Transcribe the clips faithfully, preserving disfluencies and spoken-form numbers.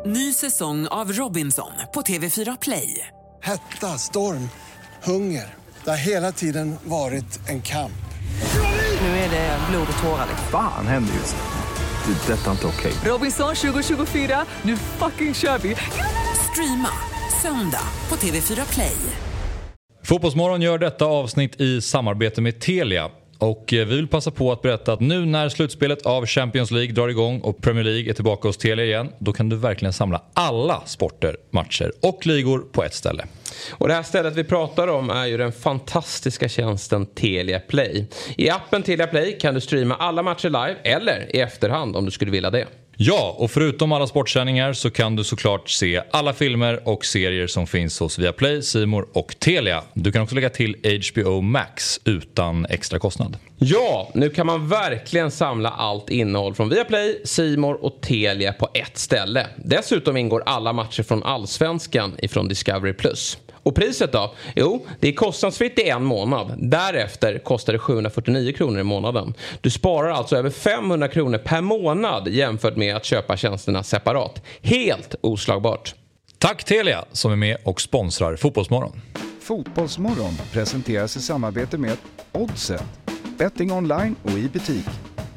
Ny säsong av Robinson på T V fyra Play. Hetta, storm, hunger. Det har hela tiden varit en kamp. Nu är det blod och tårar. Fan händer just det. Det är detta inte okej. Robinson tjugo tjugofyra, nu fucking kör vi. Streama söndag på T V fyra Play. Fotbollsmorgon gör detta avsnitt i samarbete med Telia. Och vi vill passa på att berätta att nu när slutspelet av Champions League drar igång och Premier League är tillbaka hos Telia igen, då kan du verkligen samla alla sporter, matcher och ligor på ett ställe. Och det här stället vi pratar om är ju den fantastiska tjänsten Telia Play. I appen Telia Play kan du streama alla matcher live eller i efterhand om du skulle vilja det. Ja, och förutom alla sportsändningar så kan du såklart se alla filmer och serier som finns hos Viaplay, C More och Telia. Du kan också lägga till H B O Max utan extra kostnad. Ja, nu kan man verkligen samla allt innehåll från Viaplay, C More och Telia på ett ställe. Dessutom ingår alla matcher från Allsvenskan ifrån Discovery Plus. Och priset då? Jo, det är kostnadsfritt i en månad. Därefter kostar det sjuhundrafyrtionio kronor i månaden. Du sparar alltså över femhundra kronor per månad jämfört med att köpa tjänsterna separat. Helt oslagbart. Tack Telia som är med och sponsrar Fotbollsmorgon. Fotbollsmorgon presenteras i samarbete med Oddset. Betting online och i butik.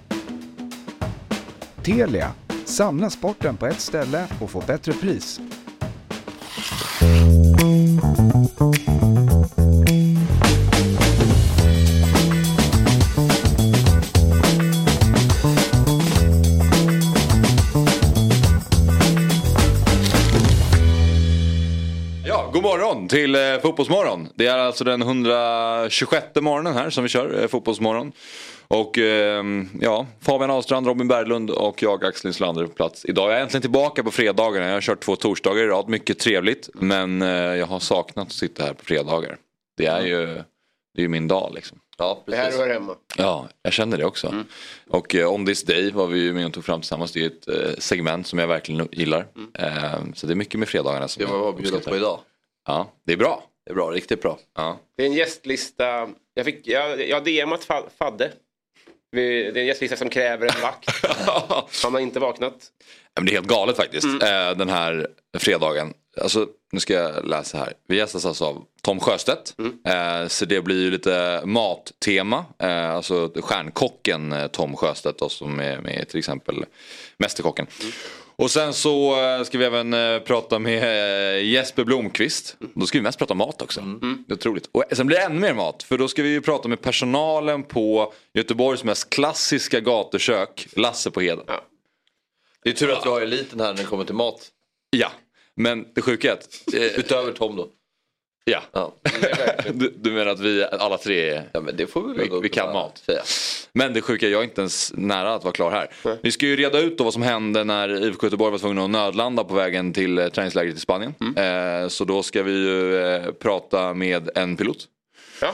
Telia. Samla sporten på ett ställe och få bättre pris. Ja, god morgon till eh, Fotbollsmorgon. Det är alltså den hundratjugosjätte morgonen här som vi kör eh, Fotbollsmorgon. Och eh, ja, Fabian Ahlstrand, Robin Berglund och jag, Axel Inslander på plats. Idag är jag äntligen tillbaka på fredagarna. Jag har kört två torsdagar i rad, mycket trevligt. Men eh, jag har saknat att sitta här på fredagar. Det är ju, det är ju min dag liksom. Ja, det här var hemma. Ja, jag känner det också. Mm. Och eh, On This Day var vi ju med och tog fram tillsammans. Det är ett eh, segment som jag verkligen gillar. Mm. Eh, så det är mycket med fredagarna som det var vad bjudat på idag. Ja, det är bra. Det är bra, riktigt bra. Ja. Det är en gästlista. Jag fick jag, jag D M:at Fadde. Det är en gästlista som kräver en vakt. Har man inte vaknat? Men det är helt galet faktiskt. Mm. Den här fredagen. Alltså, nu ska jag läsa här. Vi gästas alltså av Tom Sjöstedt. Mm. Så det blir ju lite mattema. Alltså stjärnkocken Tom Sjöstedt då, som är med till exempel Mästerkocken. Mm. Och sen så ska vi även prata med Jesper Blomqvist. Då ska vi mest prata mat också. Mm. Det är otroligt. Och sen blir det ännu mer mat. För då ska vi ju prata med personalen på Göteborgs mest klassiska gatukök. Lasse på Heden. Ja. Det är tur att vi har eliten här när det kommer till mat. Ja, men det sjuka är att... Utöver Tom då. Ja, ja. Du, du menar att vi alla tre är, ja, men det får vi, vi, vi kan mat. Säga. Men det sjuka är jag är inte ens nära att vara klar här. Mm. Vi ska ju reda ut då vad som hände när I F K Göteborg var tvungna att nödlanda på vägen till eh, träningslägret i Spanien. Mm. Eh, så då ska vi ju eh, prata med en pilot. Ja.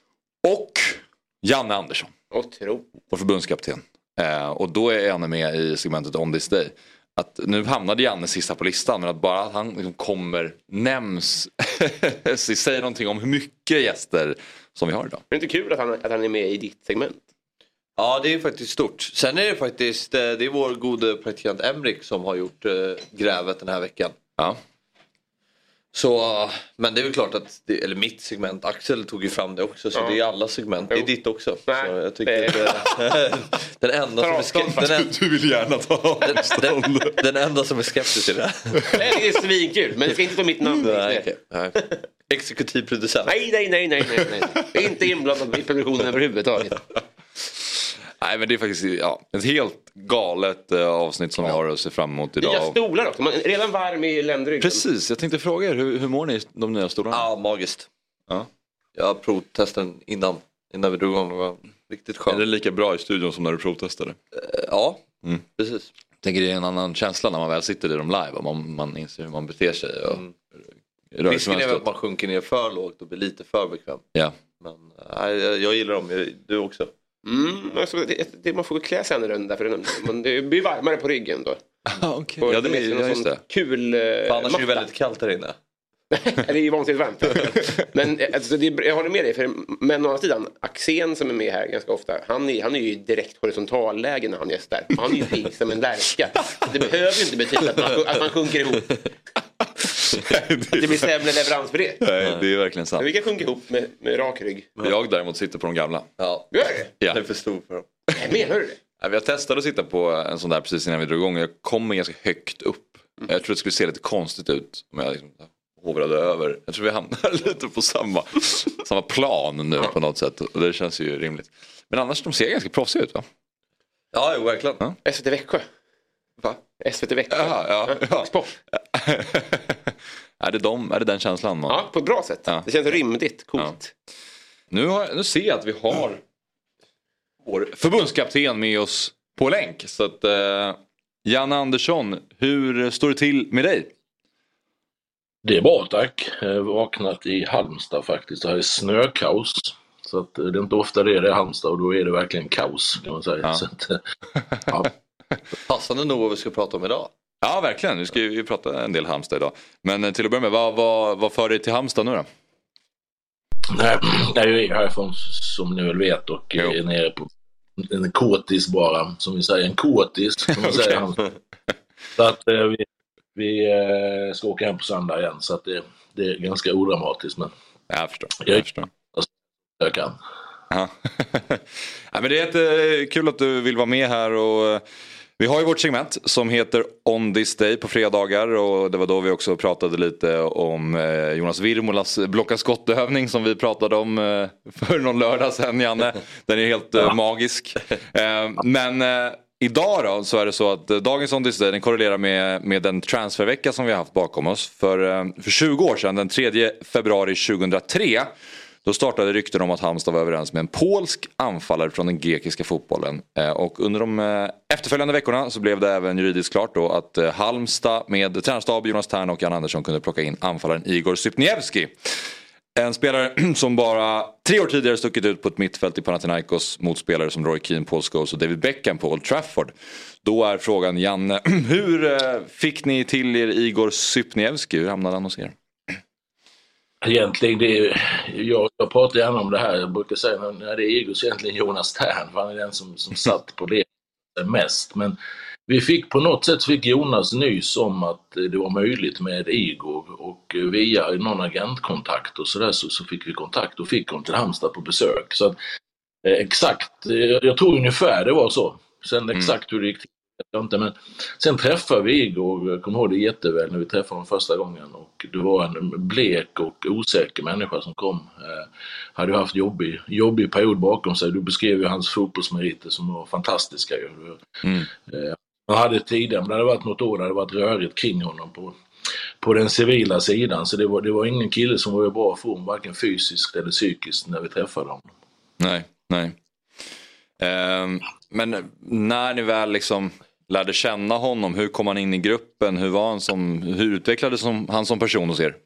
Och Janne Andersson. Otroligt. Vår förbundskapten. Eh, och då är Janne med i segmentet On This Day. Att nu hamnade Janne sista på listan, men att bara att han liksom kommer, nämns, säger någonting om hur mycket gäster som vi har idag. Det är inte kul att han, att han är med i ditt segment. Ja, det är faktiskt stort. Sen är det faktiskt, det är vår gode praktikant Emrik som har gjort äh, grävet den här veckan. Ja. Så, men det är väl klart att, det, eller mitt segment, Axel tog ju fram det också, så ja. Det är alla segment, jo. Det är ditt också. Nej, så jag tycker att, den enda som är skeptisk, den, du vill gärna ta den, den, den enda som är skeptisk i det. Det är svinkul, men det ska inte ta mitt namn. Nej, okay. Nej. Exekutiv producent. Nej, nej, nej, nej, nej, nej. Det är inte inblandad i produktionen överhuvudtaget. Nej, men det är faktiskt ja, ett helt galet uh, avsnitt som ja. vi har att se fram emot idag. Nya stolar också, man är redan varm i ländryggen. Precis, jag tänkte fråga er, hur, hur mår ni de nya stolarna? Ja, magiskt. Ja. Jag provtestade den innan, innan vi drog igång, det var riktigt skönt. Är det lika bra i studion som när du provtestade? Uh, ja, mm. precis. Jag tänker det är en annan känsla när man väl sitter i dem live, och man, man inser hur man beter sig. Och mm. Risken är väl att man sjunker ner för lågt och blir lite för bekväm. Ja. Men uh, jag, jag gillar dem, du också. Mm, alltså det, det, man får klä sig annorlunda för det, man, det blir varmare på ryggen då. Ah, okay. Ja, det är ja, just det. Kul för annars är det väldigt kallt här inne. Det är ju vansinnigt varmt. Men alltså, det, jag håller med dig. För, men å andra sidan, Axén som är med här ganska ofta, han är, han är ju direkt horisontalläge när han gästar. Han är ju pigg som en lärka. Det behöver ju inte betyda att man, att man sjunker ihop. Det blir sämre leverans för det. Nej, det är verkligen sant. Vi kan sjunka ihop med, med rak rygg. Jag däremot sitter på de gamla. Ja. Gör det? Ja. Det är för stor för dem. Nej, menar du det? Ja, vi har testat att sitta på en sån där precis innan vi drog igång. Jag kommer ganska högt upp. Mm. Jag tror det skulle se lite konstigt ut om jag liksom hovrade över. Jag tror vi hamnar lite på samma, samma plan nu på något sätt. Och det känns ju rimligt. Men annars de ser ganska proffsiga ut, va? Ja, jo, verkligen. Ja. S V T Växjö. Va? S V T Växjö. Ja, ja, ja. Sport. Är det de, är det den känslan man... Ja, på ett bra sätt. Ja. Det känns rimligt, coolt. Ja. Nu, har, nu ser jag att vi har vår förbundskapten med oss på länk. Så att, eh, Janne Andersson, hur står det till med dig? Det är bra, tack. Jag har vaknat i Halmstad faktiskt. Det här är snökaos. Så att det är inte ofta det är det Halmstad och då är det verkligen kaos, kan man säga. Ja. Så att, ja. Passande nog vad vi ska prata om idag. Ja, verkligen. Vi ska ju prata en del Halmstad idag. Men till att börja med, vad, vad, vad för dig till Halmstad nu då? Nej, jag är härifrån som ni väl vet och jo. är nere på en kåtis bara, som vi säger, en kåtis som man säger. Okay. Så att eh, vi, vi eh, ska åka hem på söndag igen, så att det, det är ganska odramatiskt. Men jag förstår. Jag, jag förstår. Jag kan. Ja. Ja, men det är jättekul att du vill vara med här och vi har ju vårt segment som heter On This Day på fredagar och det var då vi också pratade lite om Jonas Virmolas blocka skottövning som vi pratade om för någon lördag sedan, Janne. Den är helt ja. magisk. Men idag då så är det så att dagens On This Day den korrelerar med, med den transfervecka som vi har haft bakom oss. För, för tjugo år sedan, den tredje februari tjugohundratre, då startade rykten om att Halmstad var överens med en polsk anfallare från den grekiska fotbollen. Och under de efterföljande veckorna så blev det även juridiskt klart då att Halmstad med tränarstab Jonas Tern och Jan Andersson kunde plocka in anfallaren Igor Sypniewski. En spelare som bara tre år tidigare stuckit ut på ett mittfält i Panathinaikos mot spelare som Roy Keane, Paul Scholes och David Beckham på Old Trafford. Då är frågan, Janne, hur fick ni till er Igor Sypniewski? Hur hamnade han hos er? Egentligen, det är, jag, jag pratar gärna om det här. Jag brukar säga att det är Igor så egentligen Jonas Tern, för han är den som, som satt på det mest. Men vi fick på något sätt fick Jonas nys om att det var möjligt med Igor och via någon agentkontakt och sådär så, så fick vi kontakt och fick hon till Halmstad på besök. Så att, eh, exakt, eh, jag tror ungefär det var så. Sen exakt hur det gick till. Inte, men sen träffade vi Igor, jag kommer ihåg det jätteväl när vi träffade honom första gången och det var en blek och osäker människa som kom. Eh, hade haft jobbig, jobbig period bakom sig. Du beskrev ju hans fotbollsmeriter som var fantastiska. Mm. Eh, han hade tidigare, men det hade varit något år där det varit rörigt kring honom på, på den civila sidan. Så det var, det var ingen kille som var i bra form, varken fysiskt eller psykiskt när vi träffade honom. Nej, nej. Eh, men när ni väl liksom lärde känna honom, hur kom han in i gruppen, hur var han som, hur utvecklades som, han som person hos er?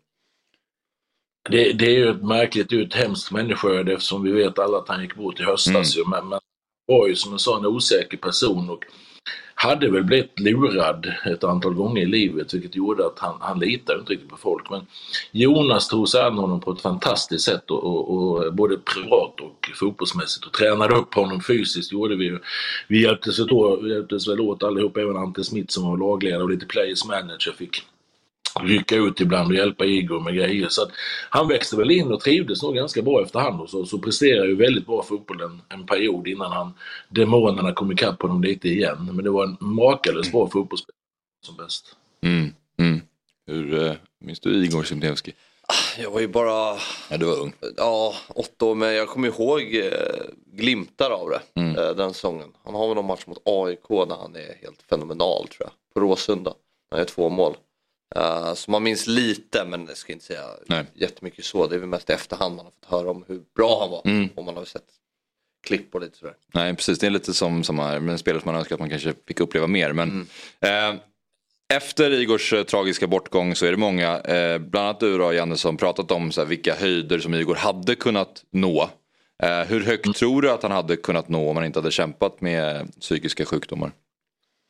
Det, det är ju ett märkligt, det är ett hemskt människoöde eftersom vi vet alla att han gick bort i höstas. Mm. Men, men var ju som jag sa en osäker person och hade väl blivit lurad ett antal gånger i livet, vilket gjorde att han, han litade inte riktigt på folk. Men Jonas tog sig an honom på ett fantastiskt sätt och, och, och både privat och fotbollsmässigt och tränade upp honom fysiskt gjorde vi. Vi hjälptes, då, vi hjälptes väl åt allihop, även Ante Smith som var lagledare och lite players manager fick rycka ut ibland och hjälpa Igor med grejer. Så att han växte väl in och trivdes nog ganska bra efterhand och så, så presterade ju väldigt bra fotboll en, en period innan han demonerna kom ikapp på honom lite igen. Men det var en makalös bra fotbollsspelare som bäst. Mm, mm. Hur uh, minns du Igor Sypniewski? Jag var ju bara... Ja, du var ung. Ja, åtta år, men jag kommer ihåg eh, glimtar av det, mm. eh, den säsongen. Han har väl någon match mot A I K där han är helt fenomenal tror jag. På Råsunda. Han är två mål. Uh, så man minns lite, men jag ska inte säga Nej. jättemycket så. Det är väl mest i efterhand man har fått höra om hur bra han var. Mm. Och man har sett klipp och lite sådär. Nej, precis. Det är lite som, som här, men spelare som man önskar att man kanske fick uppleva mer. Men mm. eh, efter Igors eh, tragiska bortgång så är det många, eh, bland annat du och Janne, som pratat om så här, vilka höjder som Igor hade kunnat nå. Eh, hur högt mm. tror du att han hade kunnat nå om han inte hade kämpat med psykiska sjukdomar?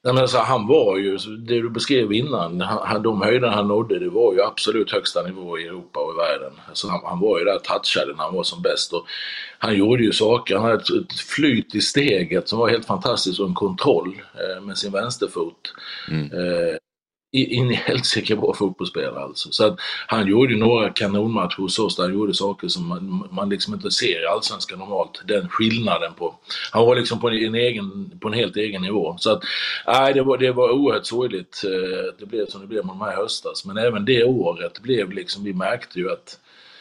Nej, men alltså, han var ju, det du beskrev innan, han, de höjderna han nådde, det var ju absolut högsta nivå i Europa och i världen. Alltså, han, han var ju där touchade när han var som bäst. Och han gjorde ju saker, han hade ett, ett flyt i steget som var helt fantastiskt och en kontroll eh, med sin vänsterfot. Mm. Eh, in i helt säkert bra fotbollsspelare alltså. Så att han gjorde ju några kanonmatcher hos oss där han gjorde saker som man, man liksom inte ser i allsvenskan normalt. Den skillnaden på, han var liksom på en, egen, på en helt egen nivå. Så att, nej, det var, det var oerhört sorgligt. Det blev som det blev med de här höstas. Men även det året blev liksom, vi märkte ju att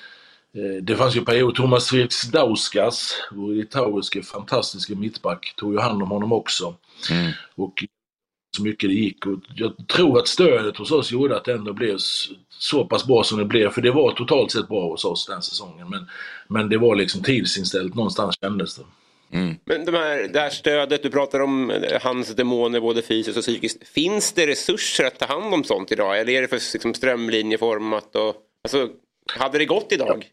det fanns ju en period, Thomas Dauskas, vår litauiske fantastiska mittback, tog ju hand om honom också. Mm. Och så mycket det gick, och jag tror att stödet hos oss gjorde att det ändå blev så pass bra som det blev, för det var totalt sett bra hos oss den säsongen, men, men det var liksom tidsinställt någonstans, kändes det. Mm. Men de här, det här stödet, du pratar om hans demoner både fysiskt och psykiskt, finns det resurser att ta hand om sånt idag, eller är det för liksom strömlinjeformat och, alltså, hade det gått idag?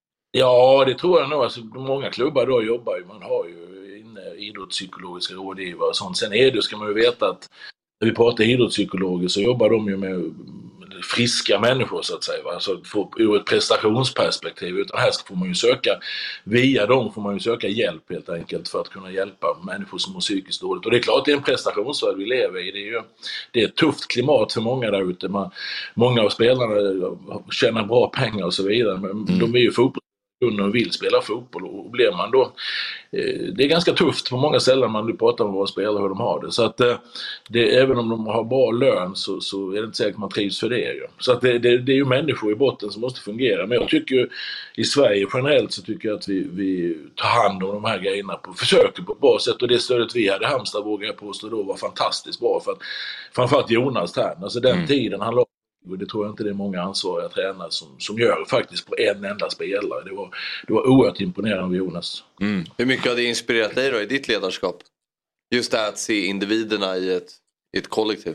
Ja, det tror jag nog. Alltså, många klubbar då jobbar ju, man har ju idrottspsykologiska rådgivare och sånt. Sen är det, ska man ju veta att när vi pratar idrottspsykologer så jobbar de ju med friska människor så att säga. Alltså ur ett prestationsperspektiv. Utan här får man ju söka, via dem får man ju söka hjälp helt enkelt för att kunna hjälpa människor som mår psykiskt dåligt. Och det är klart, det är en prestationsvärld vi lever i. Det är ju det är ett tufft klimat för många där ute. Man, många av spelarna tjänar bra pengar och så vidare. Men mm. de är ju fotboll och vill spela fotboll, och blir man då eh, det är ganska tufft på många ställen man nu pratar om våra spelare hur de har det, så att eh, det, även om de har bra lön så, så är det inte säkert att man trivs för det ju. Så att det, det, det är ju människor i botten som måste fungera, men jag tycker ju i Sverige generellt så tycker jag att vi, vi tar hand om de här grejerna på, försöker på ett bra sätt, och det stödet vi hade i Halmstad vågar jag påstå då var fantastiskt bra, för att framförallt Jonas Tern, alltså den mm. tiden han låg. Och det tror jag inte det är många ansvariga tränare som, som gör faktiskt på en enda spelare. Det var, det var oerhört imponerande av Jonas. Mm. Hur mycket har det inspirerat dig då i ditt ledarskap? Just det här att se individerna i ett, i ett kollektiv.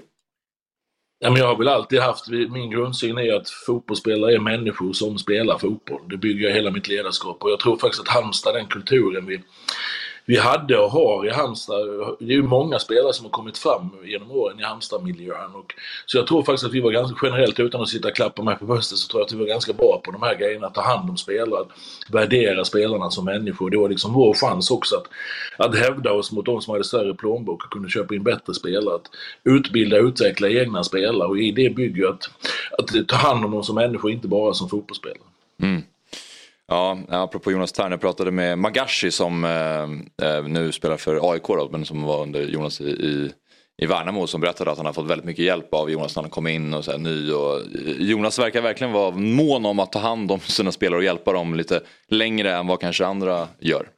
Ja, men jag har väl alltid haft, min grundsyn är att fotbollsspelare är människor som spelar fotboll. Det bygger jag hela mitt ledarskap. Och jag tror faktiskt att Halmstad, den kulturen vi... Vi hade och har i Halmstad, det är ju många spelare som har kommit fram genom åren i Halmstad-miljön. Och, så jag tror faktiskt att vi var ganska generellt, utan att sitta och klappa med på bröstet, så tror jag att vi var ganska bra på de här grejerna. Att ta hand om spelare, att värdera spelarna som människor. Det var liksom vår chans också att, att hävda oss mot de som hade större plånbok och kunde köpa in bättre spelare. Att utbilda och utveckla egna spelare, och i det bygger ju att, att ta hand om dem som människor, inte bara som fotbollsspelare. Mm. Ja, apropå Jonas Tern, jag pratade med Magashi som eh, nu spelar för A I K då, men som var under Jonas i, i, i Värnamo, som berättade att han har fått väldigt mycket hjälp av Jonas när han kom in och så här, ny. Och Jonas verkar verkligen vara mån om att ta hand om sina spelare och hjälpa dem lite längre än vad kanske andra gör.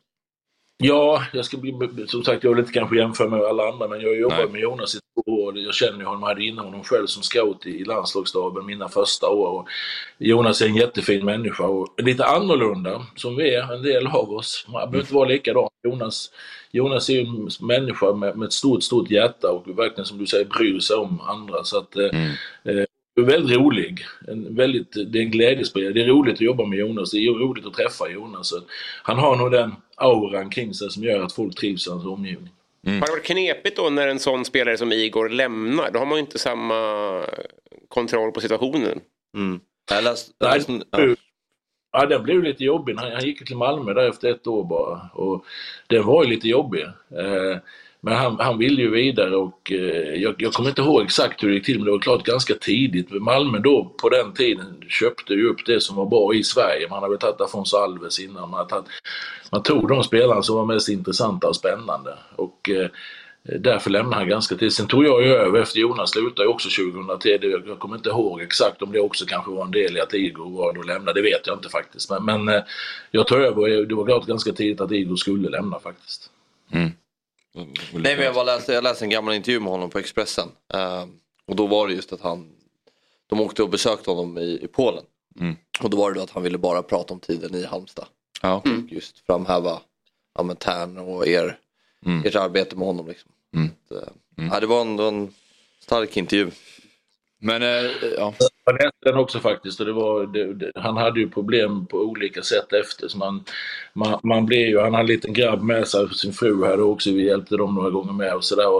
Ja, jag ska bli, som sagt, jag vill inte kanske jämföra med alla andra, men jag jobbar Nej. med Jonas i två år. Jag känner ju honom, hade innan honom själv som scout i, i landslagsstaben mina första år. Och Jonas är en jättefin människa och lite annorlunda som vi är, en del av oss. Man behöver inte vara likadan. Jonas, Jonas är ju en människa med, med ett stort, stort hjärta och verkligen, som du säger, bryr sig om andra. Så att mm. eh, väldigt rolig, en väldigt, det är en glädjespelare. Det är roligt att jobba med Jonas, det är roligt att träffa Jonas. Han har nog den auran kring sig som gör att folk trivs i hans omgivning. Mm. Har det varit knepigt då när en sån spelare som Igor lämnar? Då har man ju inte samma kontroll på situationen. Mm. Jag läst, jag läst, ja. Ja, den blev lite jobbig. Han, han gick till Malmö där efter ett år bara. Och den var ju lite jobbig. Eh, Men han, han ville ju vidare, och eh, jag, jag kommer inte ihåg exakt hur det gick till, men det var klart ganska tidigt. Malmö då på den tiden köpte ju upp det som var bra i Sverige. Man hade tagit Afonso Alves innan. Man, tagit, man tog de spelarna som var mest intressanta och spännande. Och eh, därför lämnade han ganska tid. Sen tog jag ju över efter Jonas slutade också tjugohundratio. Jag kommer inte ihåg exakt om det också kanske var en del i att Igor var då lämnade. Det vet jag inte faktiskt. Men, men eh, jag tog över, det var klart ganska tidigt att Igor skulle lämna faktiskt. Mm. Nej, men jag, bara läste, jag läste en gammal intervju med honom på Expressen. Uh, och då var det just att han, de åkte och besökte honom i, i Polen. Mm. Och då var det då att han ville bara prata om tiden i Halmstad. Ja. Mm. Och just framhäva ja, Tern och er, mm. ert arbete med honom. Liksom. Mm. Så, uh, mm. Ja, det var en, en stark intervju. Men äh, ja. Jag läste den också faktiskt, och det var, det, det, han hade ju problem på olika sätt efter. Så man, man, man blev ju, han hade en liten grabb med sig för sin fru här också, vi hjälpte dem några gånger med och sådär.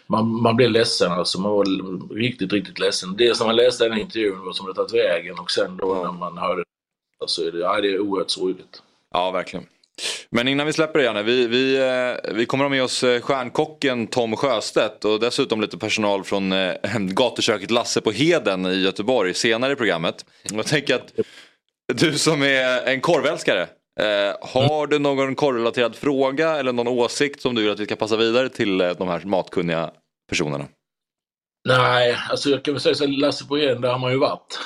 man, man blev ledsen alltså, man var riktigt, riktigt ledsen. Det som man läste i den intervjun var som det tagit vägen och sen då när man hörde det, alltså är det, ja, det är oerhört sorgligt. Ja, verkligen. Men innan vi släpper det, Janne, vi, vi, vi kommer att ha med oss stjärnkocken Tom Sjöstedt och dessutom lite personal från eh, gatuköket Lasse på Heden i Göteborg senare i programmet. Jag tänker att du som är en korvälskare, eh, har du någon korrelaterad fråga eller någon åsikt som du vill att vi ska passa vidare till eh, de här matkunniga personerna? Nej, alltså jag kan väl säga så Lasse på Heden, där har man ju varit.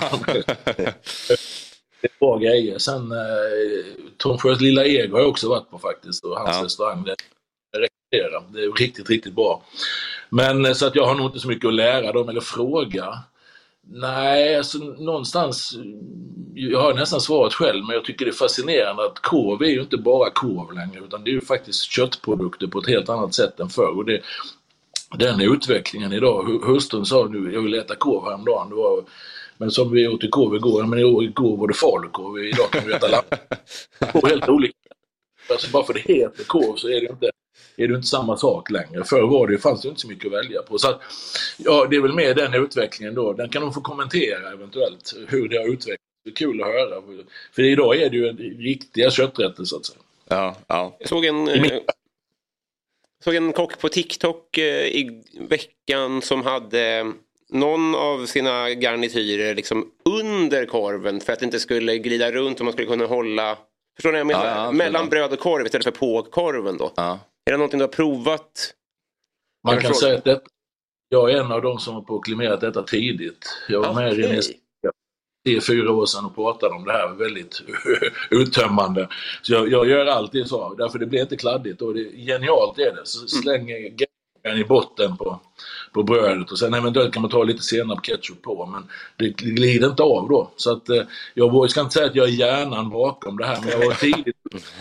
Det är bra grejer. Sen eh, Tom Sjös lilla ego har jag också varit på faktiskt. Och hans ja. restaurang, det rekommenderar. Det är riktigt, riktigt bra. Men så att jag har nog inte så mycket att lära dem eller fråga. Nej, alltså någonstans, jag har nästan svarat själv, men jag tycker det är fascinerande att korv är ju inte bara korv längre, utan det är ju faktiskt köttprodukter på ett helt annat sätt än förr. Och det, den utvecklingen idag, hustrun sa nu, jag vill äta korv häromdagen, det var... Men som vi åt i korv igår, men igår var det falukorv, idag kan vi äta lamm. Det är helt olika. Alltså bara för det heter korv så är det inte, är det inte samma sak längre. Förr var det, fanns det inte så mycket att välja på. Så att, ja, det är väl med den utvecklingen då. Den kan de få kommentera eventuellt, hur det har utvecklats. Det är kul att höra. För idag är det ju en riktiga kötträtter så att säga. Ja, ja. Jag såg en... Eh, såg en kock på TikTok eh, i veckan som hade... någon av sina garnityrer liksom under korven för att det inte skulle glida runt och man skulle kunna hålla, förstår ni jag menar? Ja, ja, mellan bröd och korv istället för på korven då. Ja. Är det någonting du har provat? Man kan fråga? säga att det, jag är en av de som har proklamerat detta tidigt. Jag var okay. med i tio fyra år sedan och pratade om det här väldigt uttömmande. Så jag, jag gör alltid så, därför det blir inte kladdigt och det, genialt är det. Så slänger mm. i botten på, på brödet och sen eventuellt kan man ta lite senap ketchup på, men det glider inte av då. Så att eh, jag ska inte säga att jag är hjärnan bakom det här, men jag var tidigt.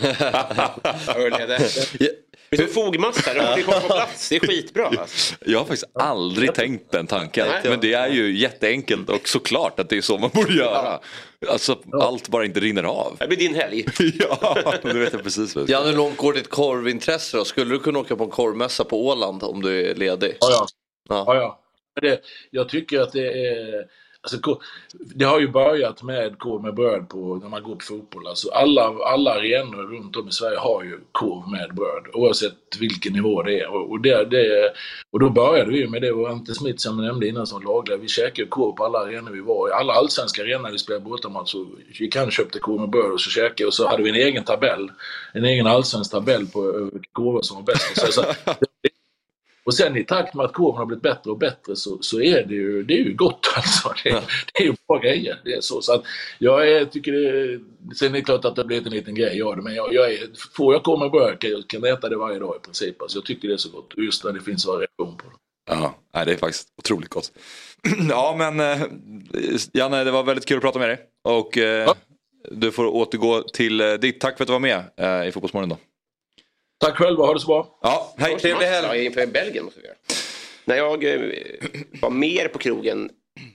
Det är så fogmassa, det kommer på plats, det är skitbra alltså. Jag har faktiskt aldrig tänkt den tanken. Men det är ju jätteenkelt och såklart att det är så man borde göra. Alltså allt bara inte rinner av. Det blir din helg. Ja, det vet jag precis. Ja, hur långt går ditt korvintresse då? Skulle du kunna åka på en korvmässa på Åland om du är ledig? Ja, ja. ja. ja, ja. Det, jag tycker att det är... Alltså, det har ju börjat med korv med bröd på när man går på fotboll. Alltså alla, alla arenor runt om i Sverige har ju korv med bröd oavsett vilken nivå det är. Och, och, det, det, och då började vi med det, och Ante Smith som jag nämnde innan som laglare. Vi käkade korv på alla arenor vi var i. Alla allsvenska arenor vi spelade bortamat så vi kan köpte korv med bröd och så käkade. Och så hade vi en egen tabell, en egen allsvensk tabell på korvar som var bäst. Så, så, det, och sen i takt med att korven har blivit bättre och bättre så, så är det ju, det är ju gott alltså. Det, ja. det är ju bra grejer. Det är så, så att jag är, tycker det, sen är det klart att det blir en liten grej, ja, men jag, jag är, får jag komma och börja jag kan äta det varje dag i princip. Alltså jag tycker det är så gott, just när det finns variation på det. Ja, det är faktiskt otroligt gott. Ja, men Janne, det var väldigt kul att prata med dig. Och ja. Du får återgå till ditt. Tack för att du var med i Fotbollsmorgon då. Tack själva, ha det så bra. Ja, hej. Trevlig helg. Inför Belgien måste vi göra. När jag eh, var mer på krogen,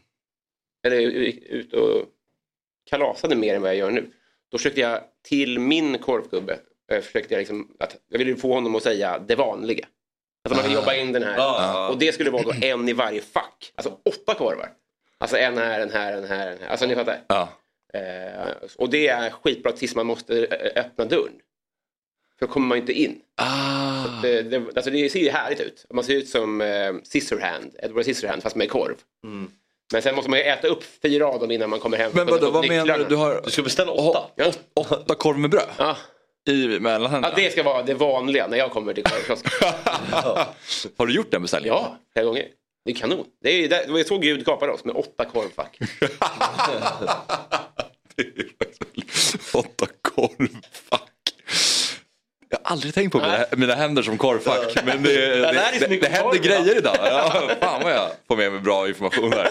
eller ut och kalasade mer än vad jag gör nu, då försökte jag till min korvgubbe, jag försökte jag liksom, att jag ville få honom att säga det vanliga. Alltså man vill jobba in den här. Ah. Och det skulle vara då en i varje fack. Alltså åtta korvar. Alltså en här, en här, en här, en här. Alltså ni fattar. Ah. Eh, och det är skitbra tills man måste öppna dörren. För då kommer man inte in. Ah. Så det, det, alltså det ser ju härligt ut. Man ser ut som eh, Scissorhand, Edward Scissorhand fast med korv. Mm. Men sen måste man ju äta upp fyra av dem innan man kommer hem. Men vadå, vad menar du? Du, har, du ska beställa åtta? Ja. Åtta korv med bröd? Ja. I mellanhänderna? Ja, det ska vara det vanliga när jag kommer till korvkiosken. Har du gjort den beställningen? Ja, flera gånger. Det är kanon. Det är ju det var så Gud skapade oss med åtta korvfack. Det är åtta korvfack. Jag har aldrig tänkt på mina, mina händer som korvfack. Men det, det, det, det, det händer grejer idag. Ja, fan vad jag får med mig bra information här.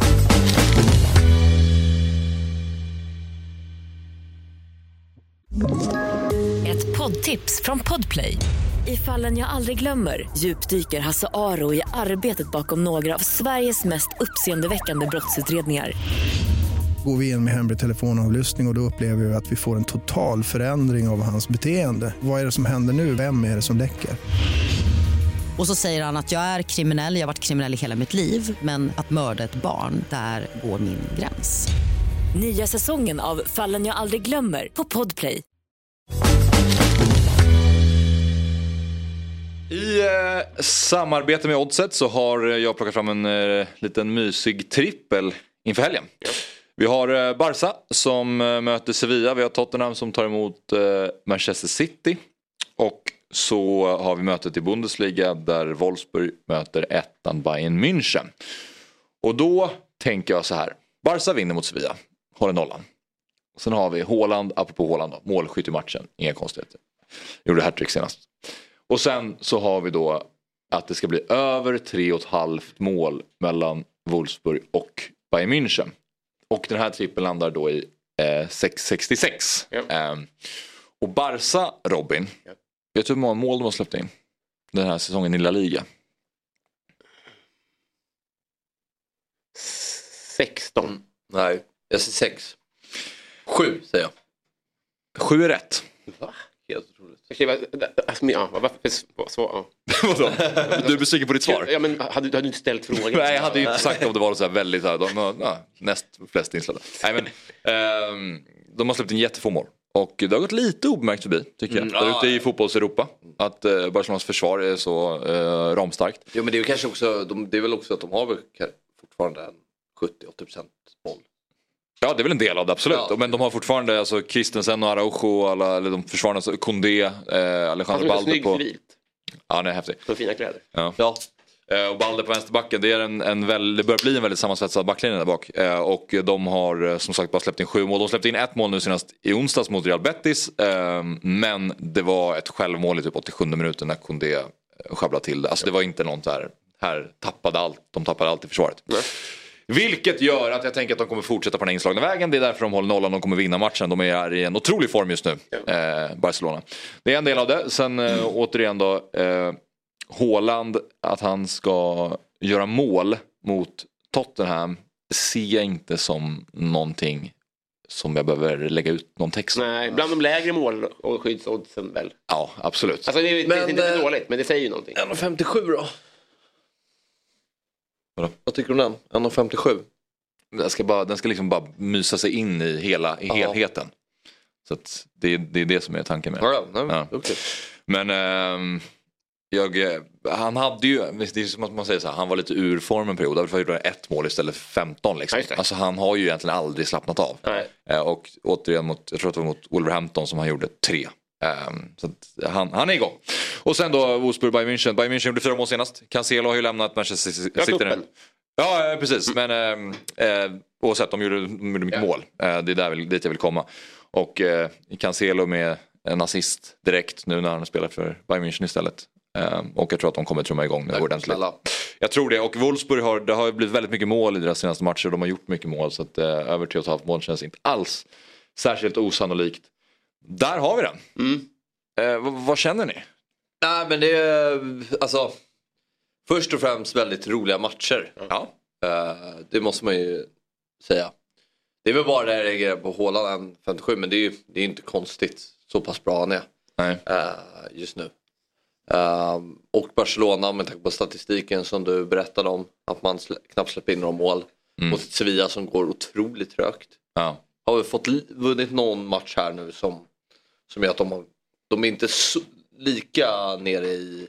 Ett poddtips från Podplay. I Fallen jag aldrig glömmer djupdyker Hasse Aro i arbetet bakom några av Sveriges mest uppseendeväckande brottsutredningar. Går vi in med hemlig telefonavlyssning och då upplever vi att vi får en total förändring av hans beteende. Vad är det som händer nu? Vem är det som läcker? Och så säger han att jag är kriminell, jag har varit kriminell i hela mitt liv. Men att mörda ett barn, där går min gräns. Nya säsongen av Fallen jag aldrig glömmer på Podplay. I eh, samarbete med Oddset så har jag plockat fram en eh, liten mysig trippel inför helgen. Ja. Vi har eh, Barca som eh, möter Sevilla. Vi har Tottenham som tar emot eh, Manchester City. Och så har vi mötet i Bundesliga där Wolfsburg möter ettan Bayern München. Och då tänker jag så här. Barca vinner mot Sevilla. Håller nollan. Sen har vi Haaland, apropå Haaland då, målskytt i matchen. Inga konstigheter. Gjorde hattrick senast. Och sen så har vi då att det ska bli över tre och ett halvt mål mellan Wolfsburg och Bayern München. Och den här trippeln landar då i eh, sex sextiosex. Ja. Eh, och Barca, Robin. Ja. Vet du hur många mål de har släppt in den här säsongen i La Liga? sexton. Nej, jag säger sex. Sju säger jag. Sju är rätt. Va? Helt otroligt. Ja, varför så? Vadå? Du är besviken på ditt svar? Ja, men hade, hade du inte ställt frågan? Nej, jag hade ju inte sagt om det var så här väldigt här. De har ja, näst flest inslag. Nej, men um, de har släppt in jättefå mål. Och det har gått lite obemärkt förbi, tycker jag. Mm, där ute i fotbolls-Europa. Att uh, Barcelonas försvar är så uh, ramstarkt. Jo, men det är ju kanske också, de, det är väl också att de har väl fortfarande en sjuttio till åttio procent boll. Ja, det är väl en del av det, absolut. Ja. Men de har fortfarande alltså, Christensen och Araujo, alla, eller de försvararna, alltså, Koundé, eh, Alejandro Balde på... Civilt. Ja, han är häftig. Så fina kläder. Ja. ja. Eh, och Balde på vänsterbacken, det, är en, en väl, det börjar bli en väldigt sammansvetsad backlinje där bak. Eh, och de har som sagt bara släppt in sju mål. De släppte in ett mål nu senast i onsdags mot Real Betis. Eh, men det var ett självmål i typ åttiosjunde minuten när Koundé sjabblade till det. Alltså det var inte något där, här tappade allt, de tappade allt i försvaret. Mm. Vilket gör att jag tänker att de kommer fortsätta på den inslagna vägen. Det är därför de håller nollan. De kommer vinna matchen. De är i en otrolig form just nu. Eh, Barcelona. Det är en del av det. Sen eh, återigen då. Eh, Haaland. Att han ska göra mål mot Tottenham. Ser jag inte som någonting som jag behöver lägga ut någon text. Nej, bland de lägre mål och skyddsoddsen väl. Ja, absolut. Alltså det är, men, det är inte äh, dåligt. Men det säger ju någonting. en komma femtiosju då. Vad tycker du om den? en komma femtiosju. Den ska, bara, den ska liksom bara mysa sig in i hela i helheten. Så att det, det är det som är tanken med. Ja, nej, ja. Okay. Men ähm, jag, han hade ju, det är som att man säger så här, han var lite ur form en period. Därför gjorde han ett mål istället för femton. Liksom. Alltså han har ju egentligen aldrig slappnat av. Äh, och återigen mot, jag tror att det var mot Wolverhampton som han gjorde tre. Um, så att han, han är igång. Och sen då Wolfsburg, Bayern München. Bayern München gjorde fyra mål senast. Cancelo har ju lämnat Manchester City nu. Ja, precis. Men eh, eh, oavsett, de gjorde, de gjorde mycket ja. mål. Eh, det är där vill, dit jag vill komma. Och eh, Cancelo med en assist direkt nu när han spelar för Bayern München istället. Eh, och jag tror att de kommer trumma igång nu ordentligt. Jag tror det. Och Wolfsburg har, det har blivit väldigt mycket mål i deras senaste matcher. De har gjort mycket mål. Så att eh, över tre och ett halvt mål känns inte alls särskilt osannolikt. Där har vi den. Mm. Eh, vad, vad känner ni? Nej, men det är alltså först och främst väldigt roliga matcher. Ja. Eh, det måste man ju säga. Det är väl bara det jag reagerar på Haaland en komma femtiosju, men det är ju det är inte konstigt så pass bra han är. Nej. Eh, just nu. Eh, och Barcelona, med tanke på statistiken som du berättade om, att man slä, knappt släpper in några mål mm. mot ett Sevilla som går otroligt trögt. Ja. Har vi fått li- vunnit någon match här nu som, som gör att de, har, de är inte så, lika nere i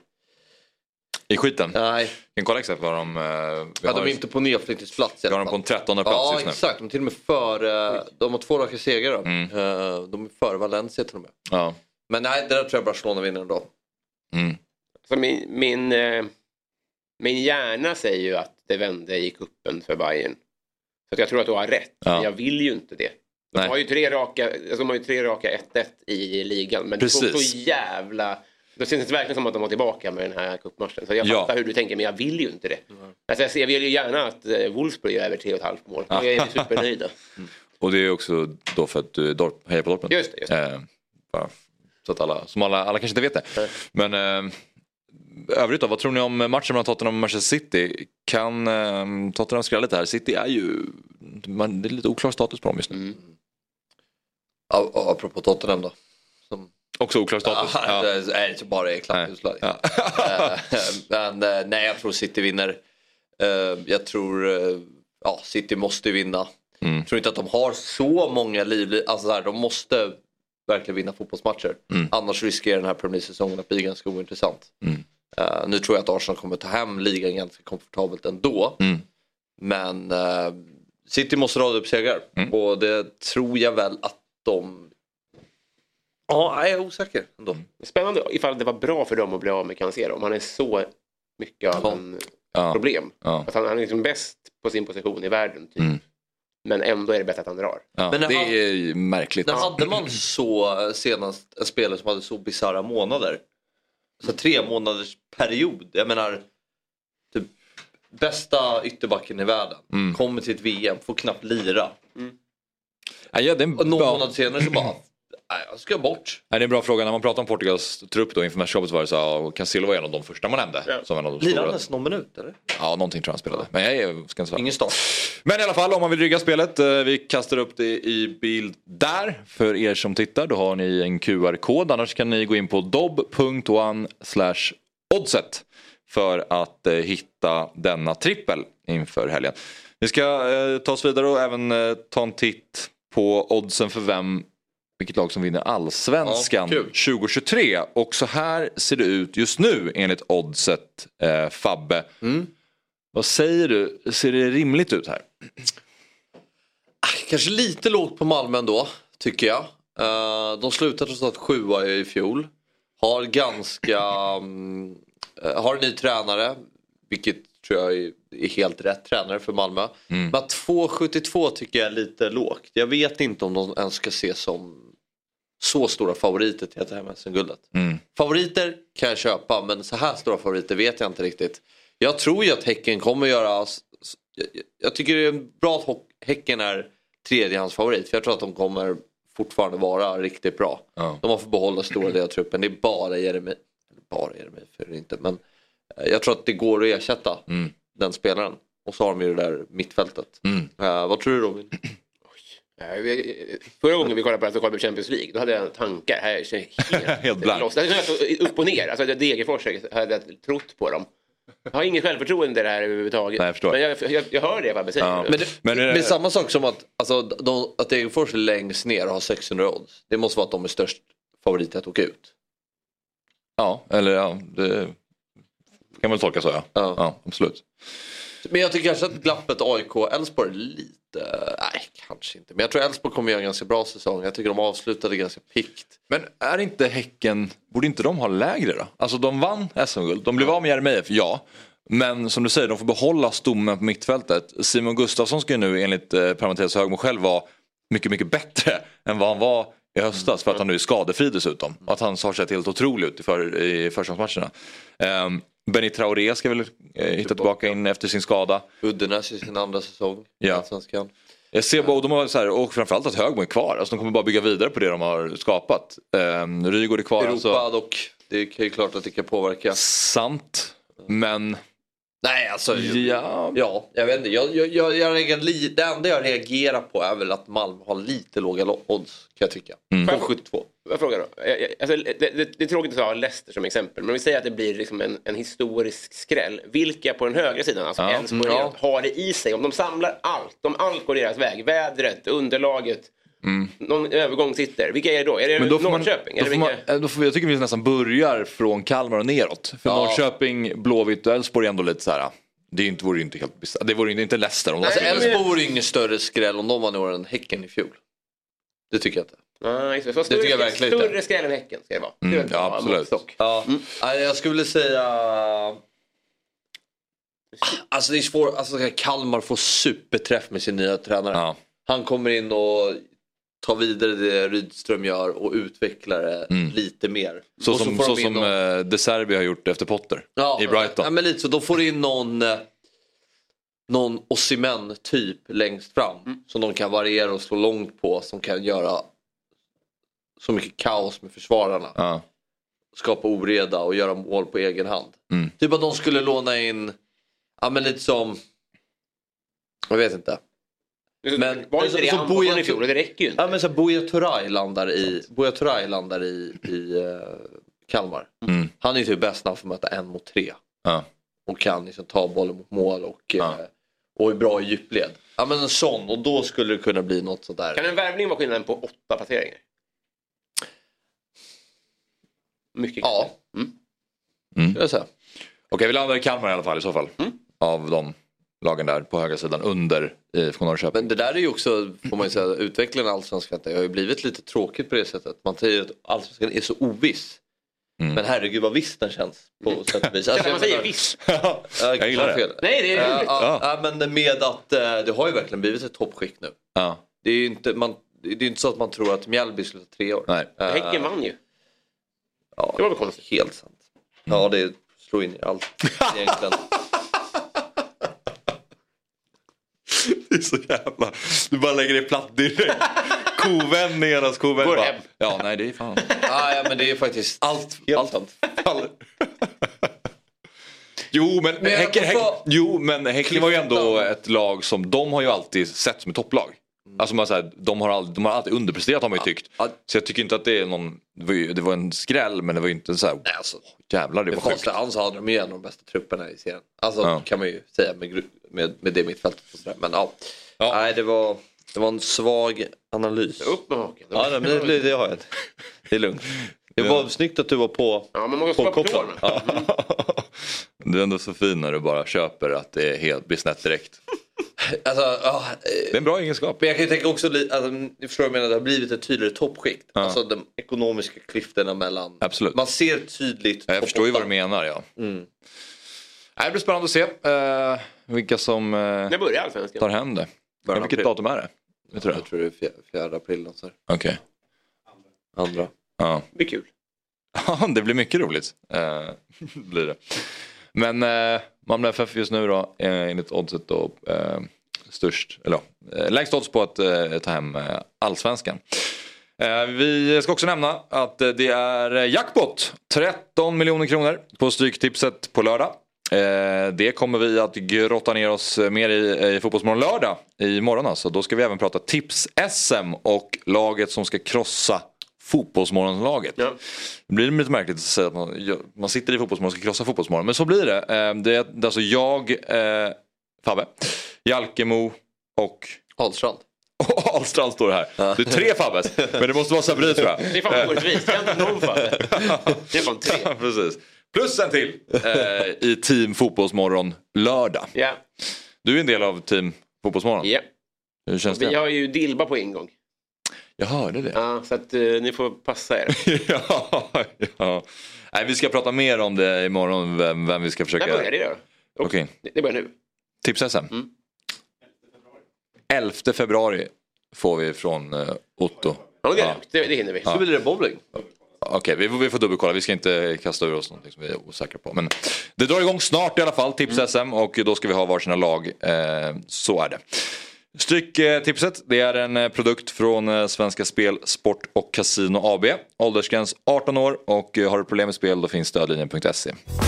i skiten? Nej. En kolla exempel var de... Uh, ja, de är inte på nedflyttningsplats. Vi har dem på en trettonde plats ja, just nu. Ja, exakt. De är till och med före... Uh, de har två raka segrar. Mm. Uh, de är före Valencia till och med. Ja. Men nej, det där tror jag Barcelona vinner ändå. Mm. Så min, min, uh, min hjärna säger ju att det vände i kuppen för Bayern. Så att jag tror att du har rätt. Ja. Men jag vill ju inte det. De nej. har ju tre raka, alltså de har ju tre raka ett ett i ligan. Men precis. det är så jävla... Det känns verkligen som att de var tillbaka med den här cupmatchen. Så jag ja. fattar hur du tänker, men jag vill ju inte det. Mm. Alltså, jag vill ju gärna att uh, Wolfsburg är över tre och ett halvt mål. Jag är supernöjd. Mm. Och det är också då för att du Dorp, hejar på Dortmund. Just det. Just det. Eh, bara, så att alla, som alla, alla kanske inte vet det. Mm. Men eh, övrigt då, vad tror ni om matchen mellan Tottenham och Manchester City? Kan eh, Tottenham skrälla lite här? City är ju, man, det är lite oklar status på dem just nu. Mm. Ja, apropå Tottenham då. Som Också oklar status. Ja, det är inte bara är klapputslag. Ja. Men nej, jag tror City vinner. Jag tror ja, City måste vinna. Mm. Jag tror inte att de har så många liv. Alltså så här, de måste verkligen vinna fotbollsmatcher. Mm. Annars riskerar den här Premier League-säsongen att bli ganska ointressant. Mm. Uh, nu tror jag att Arsenal kommer ta hem ligan ganska komfortabelt ändå. Mm. Men uh, City måste rada upp segrar. Mm. Och det tror jag väl att de... Ja, jag är osäker ändå. Spännande ifall det var bra för dem att bli av med Cancelo. Om han är så mycket av en ja. problem. Ja. Att han, han är liksom bäst på sin position i världen. Typ. Mm. Men ändå är det bättre att han drar. Ja, men det hade, är märkligt. När hade man så senast en spelare som hade så bizarra månader? Så tre månaders period. Jag menar, typ bästa ytterbacken i världen. Mm. Kommer till ett V M, får knappt lira. Mm. Ja, ja, det är och någon bra. månad senare så bara... Nej, jag ska bort. Nej, det är en bra fråga. När man pratar om Portugals trupp då inför matchjobbet så var det så att Cancelo var en av de första man nämnde. Ja. Som en av de Lirar han nästan någon minut eller? Ja, någonting tror jag han spelade. Men jag är, ska inte svara. Ingen start. Men i alla fall, om man vill rygga spelet. Vi kastar upp det i bild där. För er som tittar, då har ni en Q R-kod. Annars kan ni gå in på dobb punkt one slash oddset. För att eh, hitta denna trippel inför helgen. Vi ska eh, ta oss vidare och även eh, ta en titt på oddsen för vem... Vilket lag som vinner allsvenskan ja, tjugo tjugotre. Och så här ser det ut just nu enligt oddset, eh, Fabbe. Mm. Vad säger du? Ser det rimligt ut här? Kanske lite lågt på Malmö ändå, tycker jag. Uh, de slutade trots att sjua i fjol. Har ganska... Um, har en ny tränare. Vilket tror jag är, är helt rätt tränare för Malmö. Mm. Men två sjuttiotvå tycker jag är lite lågt. Jag vet inte om de ens ska se som så stora favoriter till att det här med guldet. Mm. Favoriter kan jag köpa, men så här stora favoriter vet jag inte riktigt. Jag tror ju att Häcken kommer göra... Jag, jag tycker det är bra att Häcken är tredjehands favorit. För jag tror att de kommer fortfarande vara riktigt bra. Ja. De har fått behålla stora delar av truppen. Det är bara Jeremy. Bara Jeremy för det inte. Men jag tror att det går att ersätta mm. den spelaren. Och så har de ju det där mittfältet. Mm. Uh, vad tror du, Robin? Förra gången vi kollade på, alltså, på Champions League, då hade jag tankar här, helt, helt blankt. Upp och ner. Alltså Degerfors hade jag trott på dem. Jag har ingen självförtroende där överhuvudtaget. Nej, jag men jag, jag, jag hör det vad ja. Men det, men det är samma sak som att, alltså, de, att Degerfors är längst ner och har sexhundra odds. Det måste vara att de är störst favorit att åka ut. Ja, eller ja, det kan man tolka så, ja. Ja, ja absolut. Men jag tycker kanske att glappet A I K Elfsborg är lite... Nej, kanske inte. Men jag tror Elfsborg kommer göra en ganska bra säsong. Jag tycker de avslutade ganska pikt. Men är inte Häcken... Borde inte de ha lägre då? Alltså de vann S M-guld. De blev av med Jeremejeff, ja. Men som du säger, de får behålla stommen på mittfältet. Simon Gustafsson ska ju nu enligt eh, Per-Mattias Högmo själv vara mycket, mycket bättre än vad han var i höstas. För att han nu är skadefri dessutom. Och att han har sett helt otroligt ut i, för, i försäsongsmatcherna. Um, Benny Traoré ska väl eh, hitta tillbaka in efter sin skada. Uddenäs i sin andra säsong. Ja. Jag ser bara, de har så här, och framförallt att Högmo är kvar. Alltså de kommer bara bygga vidare på det de har skapat. Um, Rygaard är kvar. Europa alltså. dock. Det är ju klart att det kan påverka. Sant. Men... Nej, alltså... Ja, ja jag vet inte. Jag, jag, jag, jag reagerar, det enda jag reagerar på är väl att Malmö har lite låga odds, kan jag tycka. Mm. På sjuttiotvå. Vad frågar då? Alltså, det, det, det är tråkigt att ha Leicester som exempel. Men vi säger att det blir liksom en, en historisk skräll. Vilka på den högra sidan, alltså ja. Elfsborg, mm, ja. har det i sig? Om de samlar allt, om allt går deras väg. Vädret, underlaget, mm. någon övergång sitter. Vilka är det då? Är det då Norrköping? Man, då får man, då får, jag tycker vi nästan börjar från Kalmar och neråt. För ja. Norrköping, Blåvitt och Elfsborg är ändå lite så här... Det inte, vore inte helt bestämt. Det vore inte, inte Leicester. Om alltså Elfsborg vore ingen större skräll om de var några än Häcken i fjol. Det tycker jag inte. Nej, det, det tycker jag verkligen inte. Större skräll än Häcken ska det vara. Mm, det ja, absolut. Ja. Mm. Jag skulle vilja säga... Alltså det är svårt. Alltså, Kalmar får superträff med sin nya tränare. Ja. Han kommer in och tar vidare det Rydström gör och utvecklar det mm. lite mer. Så och som, så så som någon... De Serbi har gjort efter Potter ja, i Brighton. Ja, men lite så. De får in någon någon Osimhen typ längst fram mm. som de kan variera och slå långt på, som kan göra så mycket kaos med försvararna. Ja. Skapa oreda och göra mål på egen hand. Mm. Typ att de skulle låna in ja men lite som jag vet inte. Men var inte det så, så Buya, i fjol, det räcker ju inte. Ja, men så Buya Turay landar i Buya Turay landar i, i uh, Kalmar. Mm. Han är ju typ bäst när han får möta en mot tre. Ja. Och kan liksom ta bollen mot mål och, ja. uh, och är bra i djupled. Ja, men en sån, och då skulle det kunna bli något sådär. Kan en värvning vara skillnaden på åtta placeringar? Mycket. Ja. Mm. Mm. Jag säga. Okej, vi landar i Kalmar i alla fall i så fall. Mm. Av de lagen där på högra sidan under I F K Norrköping. Men det där är ju också, får man ju säga, utvecklingen av allsvenskan. Det har ju blivit lite tråkigt på det sättet. Man säger att allsvenskan är så oviss. Mm. Men herregud vad viss den känns på sätt och vis. Alltså, man säger viss. Ja, jag, jag gillar det. fel. Nej, det är roligt. Ja, ja, ja, men med att uh, det har ju verkligen blivit ett toppskikt nu. Ja. Det är ju inte, man, det är inte så att man tror att Mjällby skulle ta tre år. Nej. Uh, Häcken vann ju. Ja, det var väl konstigt. Helt sant. Mm. Ja, det slår in i allt egentligen. Det är så jävla... Du bara lägger det platt direkt. Kovändningarnas kovändning. Går hem. Ja, nej det är fan. Ah, ja, men det är faktiskt allt. Helt allt. sant. Jo, men, men Häcken, Häcken, få... jo, men Häcken var ju ändå ett lag som de har ju alltid sett som ett topplag. Mm. Alltså man säger, de har alltid, de har alltid underpresterat har man ju tyckt. Ja. Så jag tycker inte att det är någon, det var, ju, det var en skräll, men det var ju inte så här, nej, alltså, jävlar det var sjukt. Han hade de ju en av de bästa trupperna i serien. Alltså ja. Kan man ju säga med, med, med det mittfältet och sådär. Men ja, ja. Nej, det var, det var en svag analys. Upp med haken. Ja, det, det, det, det har jag. Det är lugnt. Det var ja. Snyggt att du var på. Ja, men man måste vara på tårna. Ja. Du är ändå så fin när du bara köper att det är helt blir snett direkt. Alltså, ja, det är en bra egenskap. Men jag kan ju tänka också, alltså, jag förstår jag menar, det har blivit ett tydligare toppskikt. Ja. Alltså de ekonomiska klyftorna mellan. Absolut. Man ser tydligt. Ja, jag förstår ju vad du menar, ja. Mm. Det blir spännande att se uh, vilka som uh, tar hem det. Ja, vilket datum är det? Jag tror, jag tror det är fjärde april. Okej. Okay. Andra. Ja. Det blir kul. Ja, det blir mycket roligt. Uh, blir det. Men uh, Malmö F F just nu då, uh, enligt oddset då, uh, störst, eller uh, lägst odds på att uh, ta hem uh, allsvenskan. Uh, vi ska också nämna att uh, det är jackpot, tretton miljoner kronor på Stryktipset på lördag. Uh, det kommer vi att grotta ner oss mer i, i Fotbollsmorgon lördag i morgon alltså. Då ska vi även prata tips-S M och laget som ska krossa Fotbollsmorgonlaget. Ja. Det blir lite märkligt att säga att man, man sitter i Fotbollsmorgon och ska krossa Fotbollsmorgon. Men så blir det. Det är, det är alltså jag, eh, Fabbe, Jalkemo och Ahlstrand. Och Ahlstrand står det här. Ja. Det är tre Fabbes. Men det måste vara Sabri tror jag. Det är fan orättvist. Det är inte någon Fabbe. Det är fan tre. Ja, precis. Plus en till eh, i Team Fotbollsmorgon lördag. Ja. Du är en del av Team Fotbollsmorgon. Ja. Hur känns vi det? har ju Dilba på ingång. Jag hörde det. Ja, så att uh, ni får passa er. ja, ja. Nej, vi ska prata mer om det imorgon, vem, vem vi ska försöka... När börjar det då? Okej. Okay. Det börjar nu. Tips-S M. Mm. elfte februari får vi från uh, Otto. Ja, det, är ja. det, det hinner vi. Ja. Så blir det bowling. Okej, okay, vi, vi får dubbelkolla. Vi ska inte kasta ur oss någonting som vi är osäkra på. Men det drar igång snart i alla fall, Tips-S M. Och då ska vi ha varsina lag. Eh, så är det. Stryktipset, det är en produkt från Svenska Spel, Sport och Casino A B. Åldersgräns arton år och har du problem med spel då finns stödlinjen punkt se.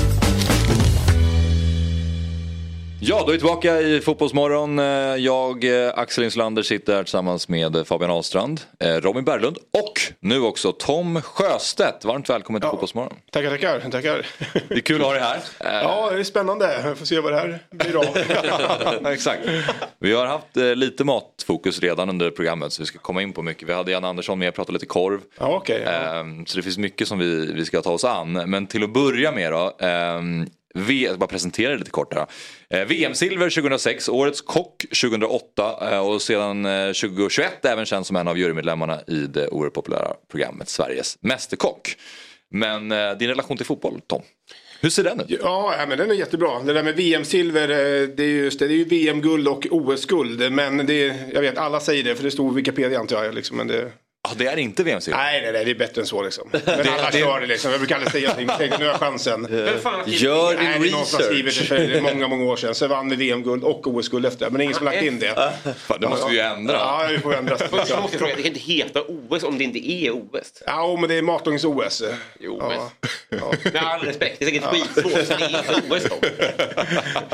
Ja, då är vi tillbaka i Fotbollsmorgon. Jag, Axel Insulander, sitter här tillsammans med Fabian Ahlstrand, Robin Berglund och nu också Tom Sjöstedt. Varmt välkommen till ja, Fotbollsmorgon. Tackar, tackar, tackar. Det är kul att ha dig här. Ja, det är spännande. Jag får se vad det här blir av. Ja, exakt. Vi har haft lite matfokus redan under programmet så vi ska komma in på mycket. Vi hade Jan Andersson med och pratade lite korv. Ja, okay, ja. Så det finns mycket som vi, vi ska ta oss an. Men till att börja med då... V, jag bara presentera det lite kort här. Eh, V M-silver tjugohundrasex, årets kock tjugohundraåtta eh, och sedan eh, tjugohundratjugoett även känd som en av jurymedlemmarna i det oerhört populära programmet Sveriges Mästerkock. Men eh, din relation till fotboll, Tom? Hur ser den ut? Ja, men den är jättebra. Det där med V M-silver, det är, just det, det är ju V M-guld och O S-guld. Men det, jag vet, alla säger det för det stod Wikipedia antar jag. Liksom, men det... Ja, det är inte V M-silver. Nej, nej, nej, det är bättre än så liksom. Men det, alla det... kör det liksom. Jag brukar aldrig säga någonting. Tänkte, nu har jag chansen. Gör din nej, det är någon som har skrivit det för många, många år sedan. Så vann vi V M-guld och O S-guld efter. Men ingen som har lagt in det. Fan, det måste vi ju ändra. Ja, vi får ändra. Jag måste fråga, det kan inte heta O S om det inte är O S. Ja, men det är Matångs-O S. Jo, ja. Ja. Med all respekt, det är säkert skitsvårt. Så det är inte O S då.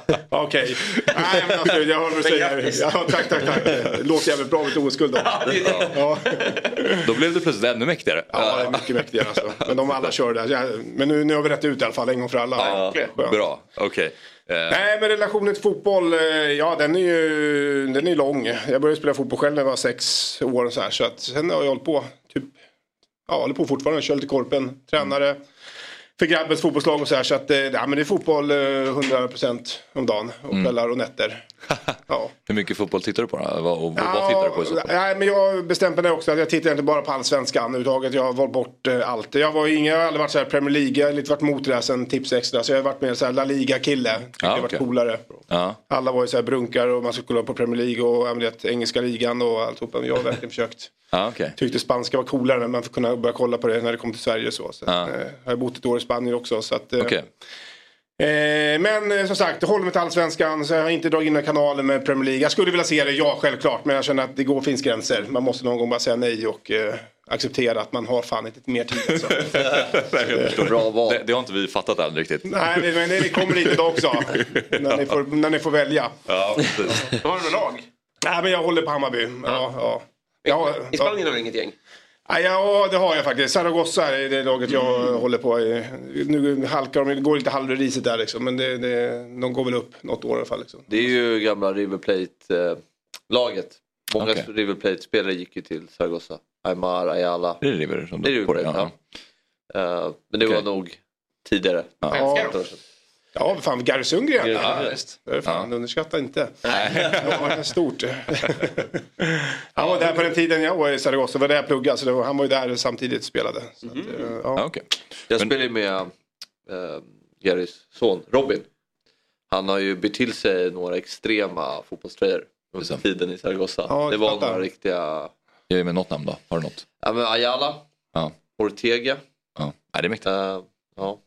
Okej. Okay. Nej men alltså, jag har att säga. Ja, tack, tack, tack. Det låter jävligt bra med ett O S-guld då. Ja. Då blev du plötsligt ännu mäktigare. Ja, det är mycket mäktigare alltså. Men de alla kör där. Men nu, nu har vi rätt ut i alla fall en gång för alla. Ja, bra, okej. Okay. Uh. Nej, men relationen till fotboll, ja den är ju den är lång. Jag började spela fotboll själv när jag var sex år och så här. Så att sen har jag hållit på, typ, ja håller på fortfarande. Kör lite korpen, tränare för grabbens fotbollslag och så här. Så att, ja men det är fotboll hundra procent om dagen. Och kvällar och nätter. Ja. Hur mycket fotboll tittar du på då? Och, och ja, vad tittar du på i så fall? Nej, men jag bestämde mig också att jag tittar inte bara på allsvenskan överhuvudtaget. Jag har valt bort eh, allt. Jag var ingen, jag har aldrig varit så här Premier League. Jag har lite varit mot det här sen Tips Extra. Så jag har varit mer så här La Liga-kille. Ja, jag har varit okay. coolare. Ja. Alla var ju så här brunkar och man skulle kolla på Premier League och jag vet, engelska ligan och alltihopa. Jag har verkligen försökt. Ja, okay. Tyckte spanska var coolare när man får kunna börja kolla på det när det kom till Sverige. Så, så ja. eh, jag har bott ett år i Spanien också. Så att, eh, okay. Eh, men eh, som sagt, jag håller mig till allsvenskan så jag har inte dragit in kanalen med Premier League. Jag skulle vilja se det, ja självklart. Men jag känner att det går, finns gränser. Man måste någon gång bara säga nej och eh, acceptera att man har fan inte mer tid. Så. det, bra val. Det, det har inte vi fattat än riktigt. Nej, det, men det kommer lite då också. när, ni får, när ni får välja. Ja, precis. Vad har du med lag? Nej, men jag håller på Hammarby. Ja, ja. Ja, I Spanien har du inget gäng? Ja, det har jag faktiskt. Zaragoza är det laget jag mm. håller på i. Nu halkar de, det går lite halvriset där liksom. Men det, det, de går väl upp något år i alla fall. Liksom. Det är ju gamla River Plate-laget. Många okay. River Plate-spelare gick ju till Zaragoza. Aymar, Ayala. Det är River som det är River Plate, ja. ja. Uh, men det okay. var nog tidigare. Ja, ja. Ja, fan, Gary Sundgren. Ja, visst. Fan, ja. Underskatta inte. Nej. Det var stort. Han var där på den tiden jag var i Zaragoza. Var där jag pluggade. Så det var, han var ju där samtidigt spelade. Så mm. att, ja. Ja, okay. Jag Men... spelade ju med äh, Garys son, Robin. Han har ju bytt till sig några extrema fotbollströjor under tiden i Zaragoza. Ja, det var fattar. Några riktiga... Jag är med något namn då. Har du något? Ja, men Ayala. Ja. Ortega. Ja, ja det är mäktigt. Uh, ja.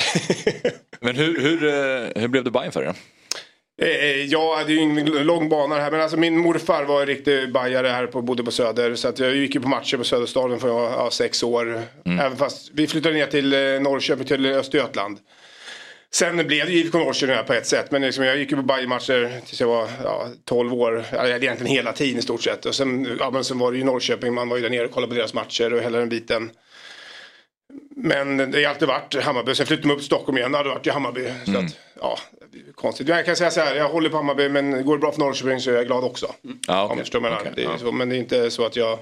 Men hur, hur, hur blev det Bayern för dig? Ja, det är ju en lång bana här. Men alltså min morfar var en riktig bajare här på, bodde på Söder. Så att jag gick ju på matcher på Söderstaden för jag var sex år. Mm. Även fast vi flyttade ner till Norrköping, till Östergötland. Sen blev det ju I F K Norrköping här på ett sätt. Men liksom, jag gick ju på Bayern-matcher tills jag var ja, tolv år. Ja, egentligen hela tiden i stort sett. Och sen, ja, men sen var det ju Norrköping. Man var ju där nere och kollade på deras matcher och hela den biten. Men det har alltid varit Hammarby. Sen flyttade man upp till Stockholm igen. Det hade varit i Hammarby. Mm. Så att, ja, konstigt. Jag kan säga så här. Jag håller på Hammarby. Men går det bra för Norrköping så är jag glad också. Mm. Ja, okay. okay. Det är ja. så, men det är inte så att jag...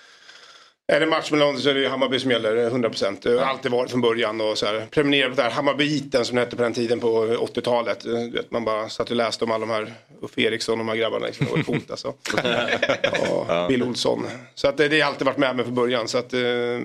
Är det match med London så är det Hammarby som gäller hundra procent. Det har alltid varit från början. Och så här, prenumerera på det här Hammarbyiten som det hette på den tiden på åttiotalet. Man bara satt och läste om alla de här Uffe Eriksson och de här grabbarna. Liksom. Det var coolt alltså. Och ja. Bill Olsson. Så att det, det har alltid varit med mig från början. Så att...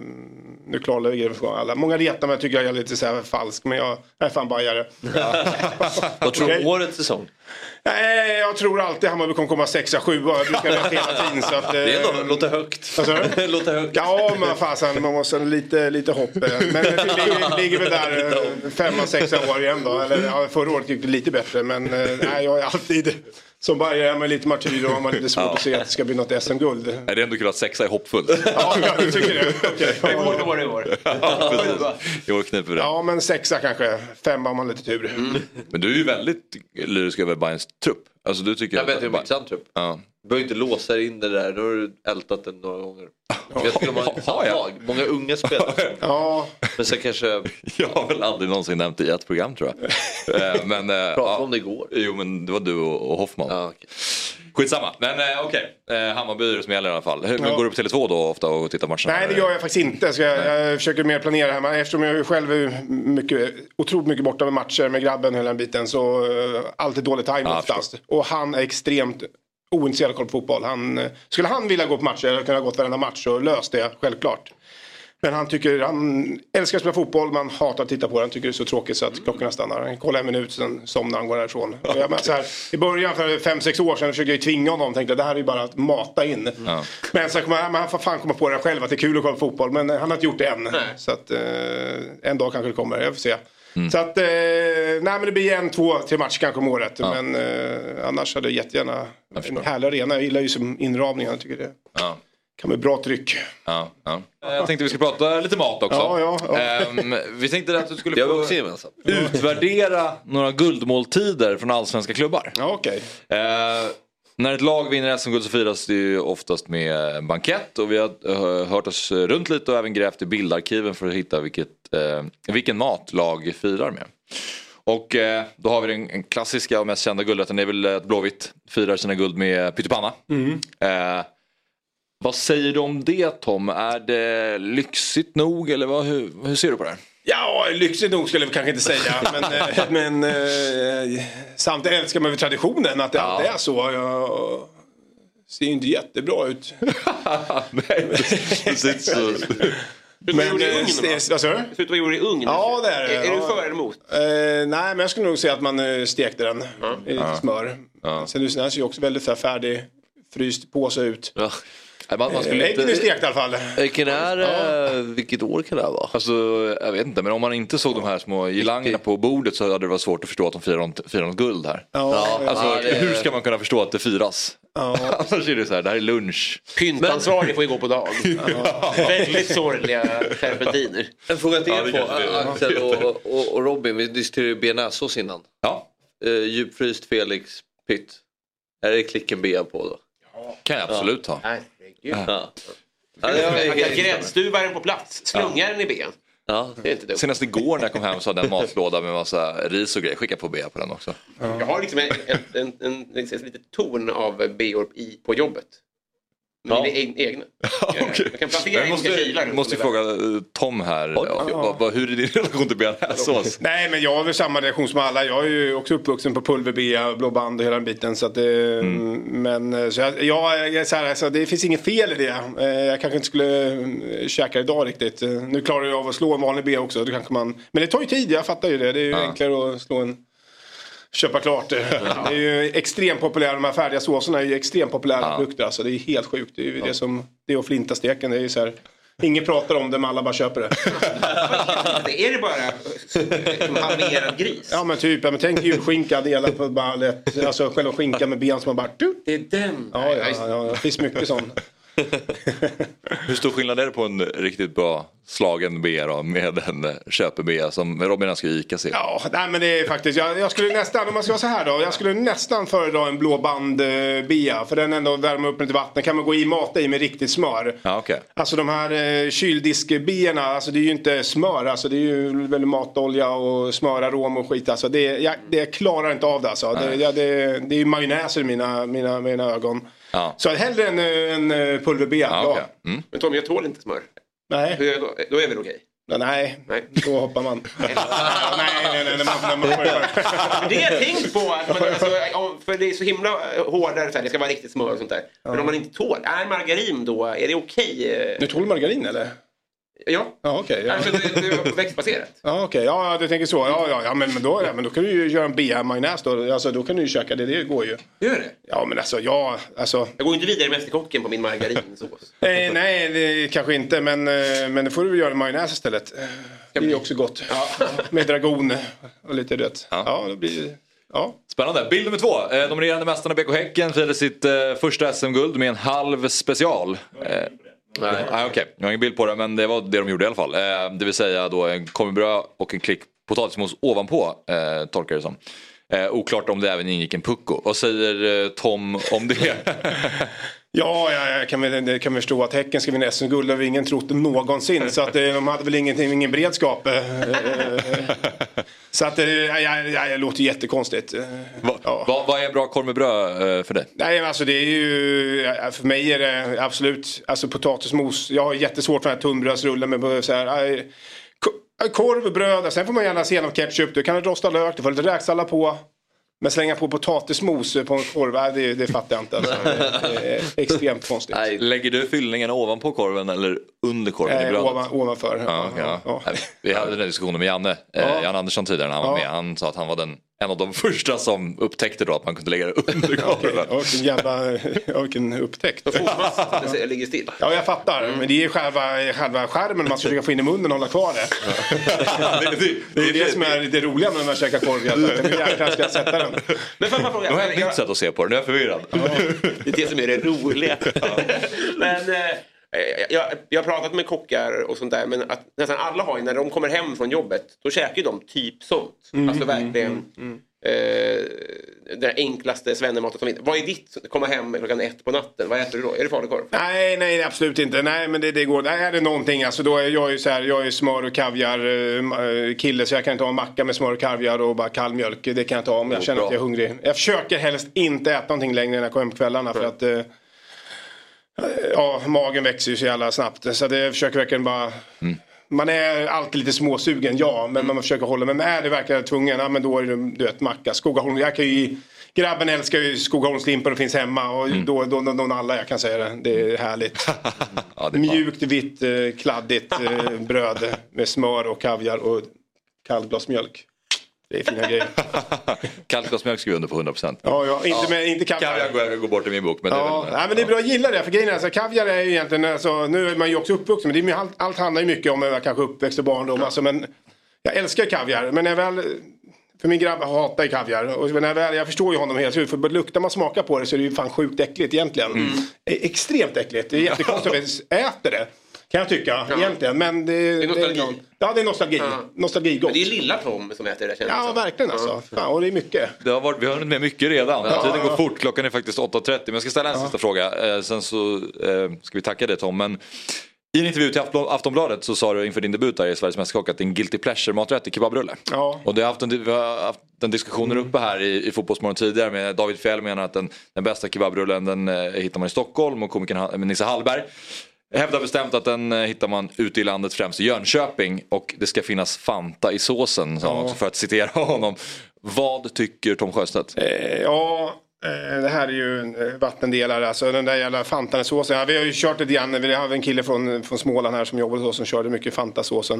Nu klarlägger jag för alla. Många retar mig, jag tycker jag är lite så här falsk. Men jag är fan bajare. Ja. Vad tror du okay. årets säsong? Nej, jag tror alltid Hammarby kommer komma sexa, sjua. Du ska rätt hela tiden. Så att, det är ändå, låter högt. låter högt. Ja, men fasen, man måste ha lite, lite hopp. Men det ligger, ligger väl där femma, sexa år igen då. Eller, ja, förra året gick det lite bättre. Men nej, jag är alltid... Som bara är med lite martyr och har man lite svårt ja. Att se att det ska bli något S M-guld. Är det ändå kul att sexa är hoppfullt? Ja, jag tycker det. Okay. Det går år i år. Ja, precis. I år kniper det. Ja, men sexa kanske. Femma om man har lite tur. Mm. Men du är ju väldigt lyrisk över Bayerns trupp. Alltså du tycker... Jag vet ju mycket sant trupp. Ja. Du behöver inte låsa in det där. Nu har du ältat den några gånger. Ja. Jag skulle ha ja, ja. Många unga spelare. Ja. Men sen kanske... Jag har väl aldrig någonsin nämnt i ett program tror jag. men, Pratade ja. om det igår. Jo, men det var du och, och Hoffman. Ja, okay. Skitsamma. Men eh, okej. Okay. Eh, Hammarby som gäller i alla fall. Hur, ja. Går du på Tele två då ofta och tittar matcherna? Nej, det gör jag faktiskt inte. Så jag, jag försöker mer planera hemma. Eftersom jag själv är mycket, otroligt mycket borta med matcher med grabben hela den biten. Så uh, alltid dålig time ja, oftast. Och han är extremt ointresserad av koll på fotboll. Han, skulle han vilja gå på matcher eller kunna gå till varenda match så löst det självklart. Men han tycker, han älskar att spela fotboll, man hatar att titta på det. Han tycker det är så tråkigt så att klockorna stannar. Han kollar en minut, sen somnar han, går därifrån. Och jag, men, så här, i början för fem sex år sedan försökte jag tvinga honom. Tänkte det här är ju bara att mata in. Mm. Men så kommer han, han får fan komma på det själv att det är kul att kolla på fotboll. Men han har inte gjort det än. Nej. Så att eh, en dag kanske det kommer, jag får se. Mm. Så att, eh, nej men det blir en, två, tre matcher kanske om året. Ja. Men eh, annars hade jag jättegärna en härlig arena. Jag gillar ju som inramningen, jag tycker det. Ja. kan bli bra tryck. Ja, ja. Jag tänkte vi skulle prata lite mat också. Ja, ja, ja. Um, vi tänkte att du skulle få utvärdera några guldmåltider från allsvenska klubbar. Ja, okej. Okay. Uh, när ett lag vinner S M-guld så firas det ju oftast med en bankett. Och vi har uh, hört oss runt lite och även grävt i bildarkiven för att hitta vilket, uh, vilken mat lag firar med. Och eh, då har vi den, den klassiska och mest kända guldrätten. Det är väl att Blåvitt firar sina guld med pyttipanna. Mm. Eh, vad säger du om det, Tom? Är det lyxigt nog eller vad, hur, hur ser du på det här? Ja, lyxigt nog skulle jag kanske inte säga. men men eh, samtidigt älskar man väl traditionen att det ja. alltid är så. Jag ser ju inte jättebra ut. Nej, precis så. Men vad gjorde i ugnen? Vad sa du? Förutom vad gjorde i ugnen? Ja, det är det. Är, är ja. du för eller emot? Eh, nej, men jag skulle nog säga att man stekte den ja. i lite ja. smör. Ja. Sen den ser ju också väldigt så här färdig fryst påse ut. Ja. Man, man skulle Äggen inte... är stekt i alla fall. Vilken är, ja. Vilket år kan det här vara? Alltså, jag vet inte, men om man inte såg de här små gilangerna på bordet så hade det varit svårt att förstå att de firar något, firar något guld här. Ja. Alltså, ja, det... hur ska man kunna förstå att det firas? Ja. Annars är det så här, det här är lunch. Pyntansvarig får ju gå på dag. Ja. Väldigt sorgliga serpentiner. En fråga till er ja, på Axel och, och, och Robin. Vi diskuterade ju bearnaisesås innan. Ja. Uh, djupfryst Felix Pytt. Är det klicken B på då? Ja. Kan jag absolut ja. ha. Ja. Ja. Ja, gräddstuvar den på plats. Slungar den i ben. Ja. Det är inte dumt. Senast igår när jag kom hem så hade jag en matlåda med massa ris och grejer. Skicka på B på den också. Ja. Jag har liksom en, en, en, en, en, en liten ton av B-or i på jobbet. Men ja. Mina egna. Jag, okay. jag kan plantera jag måste, kilar. Måste fråga Tom här. Ja. Ja, ja. Hur är din relation till bearnaisesås? Nej, men jag har väl samma reaktion som alla. Jag är ju också uppvuxen på pulver-B, blåband och hela den biten. Så att det, mm. men, så jag, jag är så här, alltså, det finns inget fel i det. Jag kanske inte skulle käka idag riktigt. Nu klarar jag av att slå en vanlig B också. Det kanske man, men det tar ju tid, jag fattar ju det. Det är ju ja. enklare att slå en... Köpa klart. Ja. Det är ju extremt populära. De här färdiga såserna är ju extremt populära ja. produkter. Alltså, det är helt sjukt. Det är ju ja. det som det är att flinta steken. Det är ju så här, ingen pratar om det men alla bara köper det. Är det bara halverad gris? Ja men typ. Men tänk ju skinka delar på bara lätt. Alltså själva skinka med ben som man bara... Det är den. Ja, ja, ja, ja. Det finns mycket sånt. Hur stor skillnad är det på en riktigt bra slagen B då, med en köpe-B som Robin ska Ica sig? Ja, nej, men det är faktiskt jag, jag skulle nästan, om man ska vara så här då, jag skulle nästan föredra en blåband B för den ändå värmer upp lite vatten, kan man gå i mata i med riktigt smör. Ja, okay. Alltså de här eh, kyldisk-B-erna, alltså det är ju inte smör, alltså det är ju väl matolja och smörarom och skit, alltså det, jag, det klarar inte av det alltså. Det, ja, det, det är ju majonnäser i mina, mina, mina ögon. Ja. Så hellre en, en pulver-B. Ja, ja. Okay. Mm. Men Tom, jag tål inte smör. Nej. Då, då är det okej. Nej, nej, då hoppar man. nej, nej, nej, nej, man, man, man, för det har jag tänkt på. Att man, alltså, för det är så himla hårdare, så här, det ska vara riktigt smör och sånt där. Men ja. om man inte tål, är margarin då, är det okej? Du tål margarin eller? Ja, ja okej. Okay, ja. Alltså det, det är växtbaserat. Ja okej, okay. ja du tänker så. Ja, ja, ja men, men, då, ja, men då kan du ju göra en B-majonnäs då. Alltså då kan du ju köka det, det går ju. Gör det? Ja men alltså, ja, alltså. Jag går inte vidare med kocken på min margarinsås. nej, nej, det kanske inte, men, men det får du väl göra en majonnäs istället. Det blir ju också gott. Ja. Med dragon och lite rött. Ja, ja då blir det... Ja. Spännande. Bild nummer två. De regerande mästarna B K Häcken firade sitt första S M-guld med en halv special. Nej, ah, okej. Okay. Jag har ingen bild på det, men det var det de gjorde i alla fall. Eh, det vill säga då en korvbröd och en klick potatismos ovanpå, eh, tolkar det som. Eh, oklart om det även ingick en pucko. Vad säger eh, Tom om det? Ja, jag kan väl, kan förstå att Häcken ska vinna S M-guld. Det har ingen trott någonsin. Så att de hade väl ingen, ingen beredskap. Så att det jag, jag, jag låter jättekonstigt. Va, ja. Vad va är bra korv med bröd för dig? Nej, alltså det är ju, för mig är det absolut, alltså potatismos. Jag har jättesvårt för den här tunnbrödsrullen med så här, korv, bröd. Sen får man gärna se någon ketchup. Du kan rosta lök, du får lite räksallad på. Men slänga på potatismos på en korv, det, det fattar jag inte. Alltså. Det är extremt konstigt. Nej. Lägger du fyllningen ovanpå korven eller under korven eh, i brödet? Ovan, ovanför. Ja, ja. Ja. Vi hade den diskussionen med Janne, ja. eh, Jan Andersson tidigare när han var ja. med. Han sa att han var den en av de första som upptäckte då att man kunde lägga det under kameran. Okay. Vilken jävla vilken upptäckt. Det ligger still. Ja, jag fattar. Mm. Men det är själva, själva skärmen man ska försöka få in i munnen och hålla kvar det. det, det, det är det som är det roliga när man käkar korv. Jag ska sätta den. Men för man fråga, jag har ett nytt sätt att se på det. Nu är jag förvirrad. Ja, det är det som är det roliga. Men... Eh, Jag, jag har pratat med kockar och sånt där, men att nästan alla har ju, när de kommer hem från jobbet, då käkar ju de typ sånt. Mm, alltså verkligen mm, mm. Eh, det enklaste svennematet som finns. Vad är ditt? Komma hem klockan ett på natten, vad äter du då? Är det falukorv? Nej, nej, absolut inte. Nej, men det, det går. Nej, är det någonting, alltså då är jag ju så här, jag är smör och kaviar eh, kille, så jag kan inte ha en macka med smör och kaviar och bara kall mjölk. Det kan jag inte ha om jag oh, känner bra. Att jag är hungrig. Jag försöker helst inte äta någonting längre när jag kommer hem på kvällarna för att eh, ja, magen växer ju så jävla snabbt. Så det jag försöker verkligen bara... Mm. Man är alltid lite småsugen, ja. Men mm. man försöker hålla. Men är det verkligen tvungen, ja, men då är det, du vet, macka. Skogaholm, jag kan ju... Grabben älskar ju Skogaholmslimpor och finns hemma. Och mm. då, då, då, då alla, jag kan säga det. Det är härligt. Ja, det är mjukt, vitt, kladdigt bröd med smör och kaviar och kallglas mjölk. Det är fina grejer. Kallglasmjölk skriver under på hundra procent. Ja, ja, inte, med, inte kaviar. Kaviar går, går bort i min bok. Men, ja, det är väl, nej, men det är bra, jag gillar det. För grejen är, alltså, kaviar är ju egentligen, alltså, nu är man ju också uppvuxen. Men det är, allt, allt handlar ju mycket om kanske uppväxt och barndom. Alltså, men jag älskar kaviar. Men när jag väl, för min grabb hatar ju kaviar. Och när jag, väl, jag förstår ju honom helt huvud. För luktar man smaka på det så är det ju fan sjukt äckligt egentligen. Mm. Extremt äckligt. Det är jättekonstigt att vi äter det. Kan jag tycka, ja. Egentligen. Men det, det är nostalgi. Det, ja, det är nostalgi. Ja. Nostalgi gott. Men det är lilla Tom som äter det. Ja, så. Verkligen alltså. Ja. Fan, och det är mycket. Det har varit, vi har hunnit med mycket redan. Ja. Tiden går fort, klockan är faktiskt åtta trettio. Men jag ska ställa en ja. sista fråga. Eh, sen så eh, ska vi tacka dig Tom. Men i en intervju till Aftonbladet så sa du inför din debut där i Sveriges Mästerkock att din guilty pleasure maträtt är kebabrulle. Ja. Och det har haft en, vi har haft den diskussionen mm. uppe här i, i Fotbollsmorgon tidigare med David Fjell menar att den, den bästa kebabrullen den eh, hittar man i Stockholm och komikern Nisse Hallberg hävdar bestämt att den eh, hittar man ute i landet, främst i Jönköping, och det ska finnas Fanta i såsen, sa han också, för att citera honom. Vad tycker Tom Sjöstedt? Eh, ja, eh, det här är ju en vattendelare, alltså den där jävla Fanta-såsen. Ja, vi har ju kört det igen, vi har en kille från, från Småland här som jobbar hos oss som körde mycket Fanta-såsen.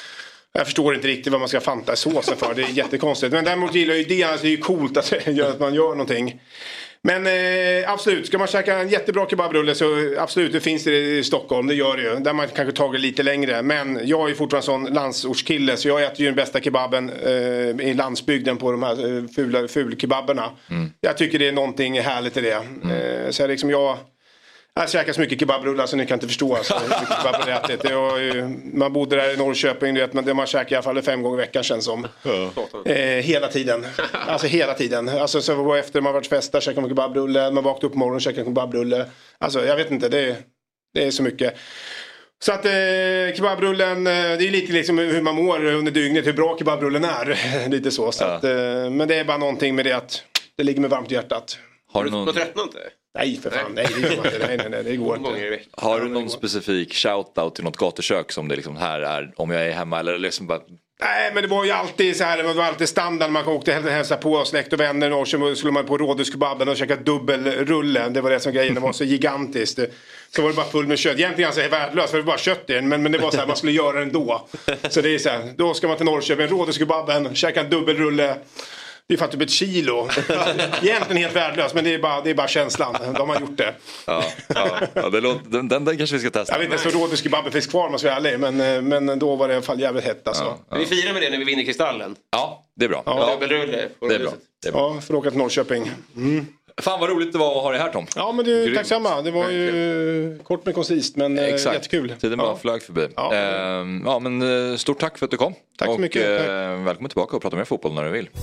Jag förstår inte riktigt vad man ska Fanta i såsen för, det är jättekonstigt. Men däremot gillar jag ju det, alltså det är ju coolt att, att man gör någonting. Men eh, absolut, ska man käka en jättebra kebabrulle så absolut, det finns det i Stockholm, det gör det ju. Där man kanske tagit lite längre. Men jag är fortfarande en sån landsortskille, så jag äter ju den bästa kebaben eh, i landsbygden på de här eh, fula, fulkebaberna. Mm. Jag tycker det är någonting härligt i det. Mm. Eh, så liksom jag... Jag käkar så mycket kebabrullar så ni kan inte förstå alltså, hur mycket kebab jag ätit. Det var ju, man bodde där i Norrköping, du vet, men det man käkar i alla fall fem gånger i veckan känns som. Ja. Eh, hela tiden. Alltså hela tiden. Alltså så var efter man varit festa käkar man kebabrulle, man vaknade upp på morgonen och käkar kebabrulle. Alltså jag vet inte, det, det är så mycket. Så att eh, kebabrullen, det är lite liksom hur man mår under dygnet, hur bra kebabrullen är. Lite så. så ja. att, eh, men det är bara någonting med det att det ligger med varmt i hjärtat. Har du någon... Man tröttnar inte? Nej för fan, nej, det, går inte. nej, nej, nej det går inte. Har du någon specifik shoutout till något gatukök som det liksom här är om jag är hemma eller liksom bara... Nej, men det var ju alltid så här, det var alltid standard. Man åkte och hälsa på släkt och vänner och så skulle man på rådhuskebaben och käka dubbelrulle. Det var det som grejen, det var så gigantiskt. Så var det bara full med kött. Egentligen ganska värdelöst, för det var bara kött i den. Men, men det var så här, man skulle göra det ändå. Så det är så här, då ska man till Norrköping, rådhuskebaben, käka en dubbelrulle. Det är för att typ ett kilo. Egentligen helt värdelöst, men det är bara, det är bara känslan. De har gjort det. Ja, ja, ja det låter, den, den, den kanske vi ska testa. Jag vet inte, så rådhuskebaben finns kvar, man ska vara ärlig. Men, men då var det i alla fall jävligt hett alltså. Ja, ja. Vi firar med det när vi vinner Kristallen. Ja, det är bra. Ja, ja. Det, är det, är bra. det är bra. Ja, för att åka till Norrköping. Mm. Fan vad roligt det var att ha dig här Tom. Ja men du, tack samma. Det var ju kort men koncist men exakt. Jättekul. Tiden bara ja. flög förbi. Ja. Ehm, ja men stort tack för att du kom. Tack så mycket. Och eh, välkommen tillbaka och prata mer fotboll när du vill.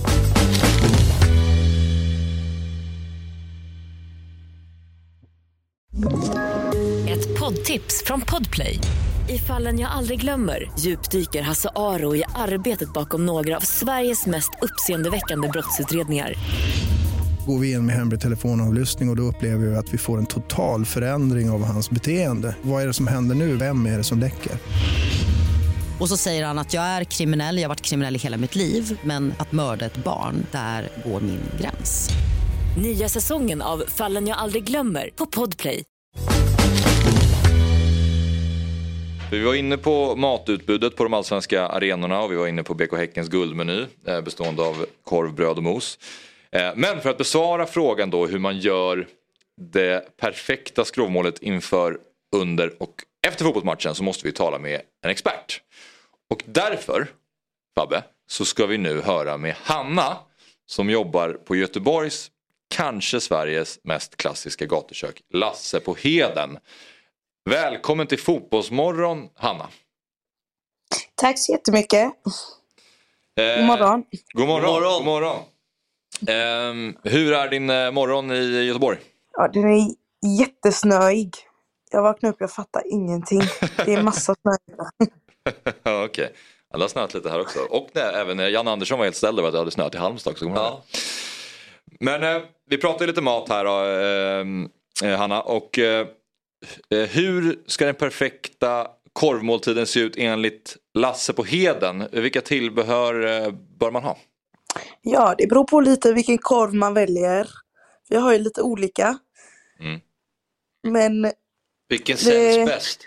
Ett poddtips från Podplay. I Fallen jag aldrig glömmer djupdyker Hasse Aro i arbetet bakom några av Sveriges mest uppseendeväckande brottsutredningar. Går vi in med hemlig telefonavlyssning och, och då upplever vi att vi får en total förändring av hans beteende. Vad är det som händer nu? Vem är det som läcker? Och så säger han att jag är kriminell, jag har varit kriminell i hela mitt liv. Men att mörda ett barn, där går min gräns. Nya säsongen av Fallen jag aldrig glömmer på Podplay. För vi var inne på matutbudet på de allsvenska arenorna och vi var inne på B K Häckens guldmeny bestående av korv, bröd och mos. Men för att besvara frågan då hur man gör det perfekta skrovmålet inför, under och efter fotbollsmatchen så måste vi tala med en expert. Och därför, Fabbe, så ska vi nu höra med Hanna som jobbar på Göteborgs, kanske Sveriges mest klassiska gatukök, Lasse på Heden. Välkommen till Fotbollsmorgon, Hanna. Tack så jättemycket. Eh, god morgon. God morgon. God morgon. Eh, hur är din eh, morgon i Göteborg? Ja, den är jättesnöig. Jag vaknade upp, jag fattar ingenting. Det är massa snö. Okej. Okay. Alla har snöat lite här också. Och nej, även Jan Andersson var helt ställd över att det hade snöat i Halmstad också. Ja. Men eh, vi pratar lite mat här då, eh, Hanna. Och eh, hur ska den perfekta korvmåltiden se ut enligt Lasse på Heden? Vilka tillbehör eh, bör man ha? Ja, det beror på lite vilken korv man väljer. Vi har ju lite olika. Mm. Men vilken säljs det... bäst?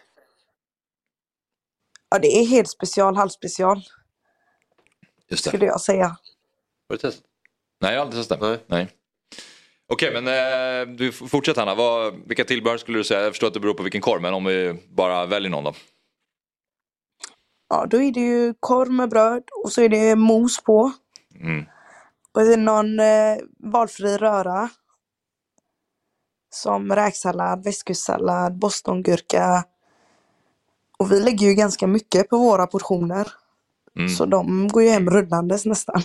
Ja, det är helt special, halvspecial. Just det. Skulle jag säga. Har du testat? Nej, jag har aldrig testat. Nej. Nej. Okej, men eh, du fortsätter Hanna. Vad, vilka tillbehör skulle du säga? Jag förstår att det beror på vilken korv, men om vi bara väljer någon då? Ja, då är det ju korv med bröd och så är det mos på. Mm. Och det är någon eh, valfri röra. Som räksallad, väskussallad, bostongurka. Och vi lägger ju ganska mycket på våra portioner. Mm. Så de går ju hem rullandes nästan.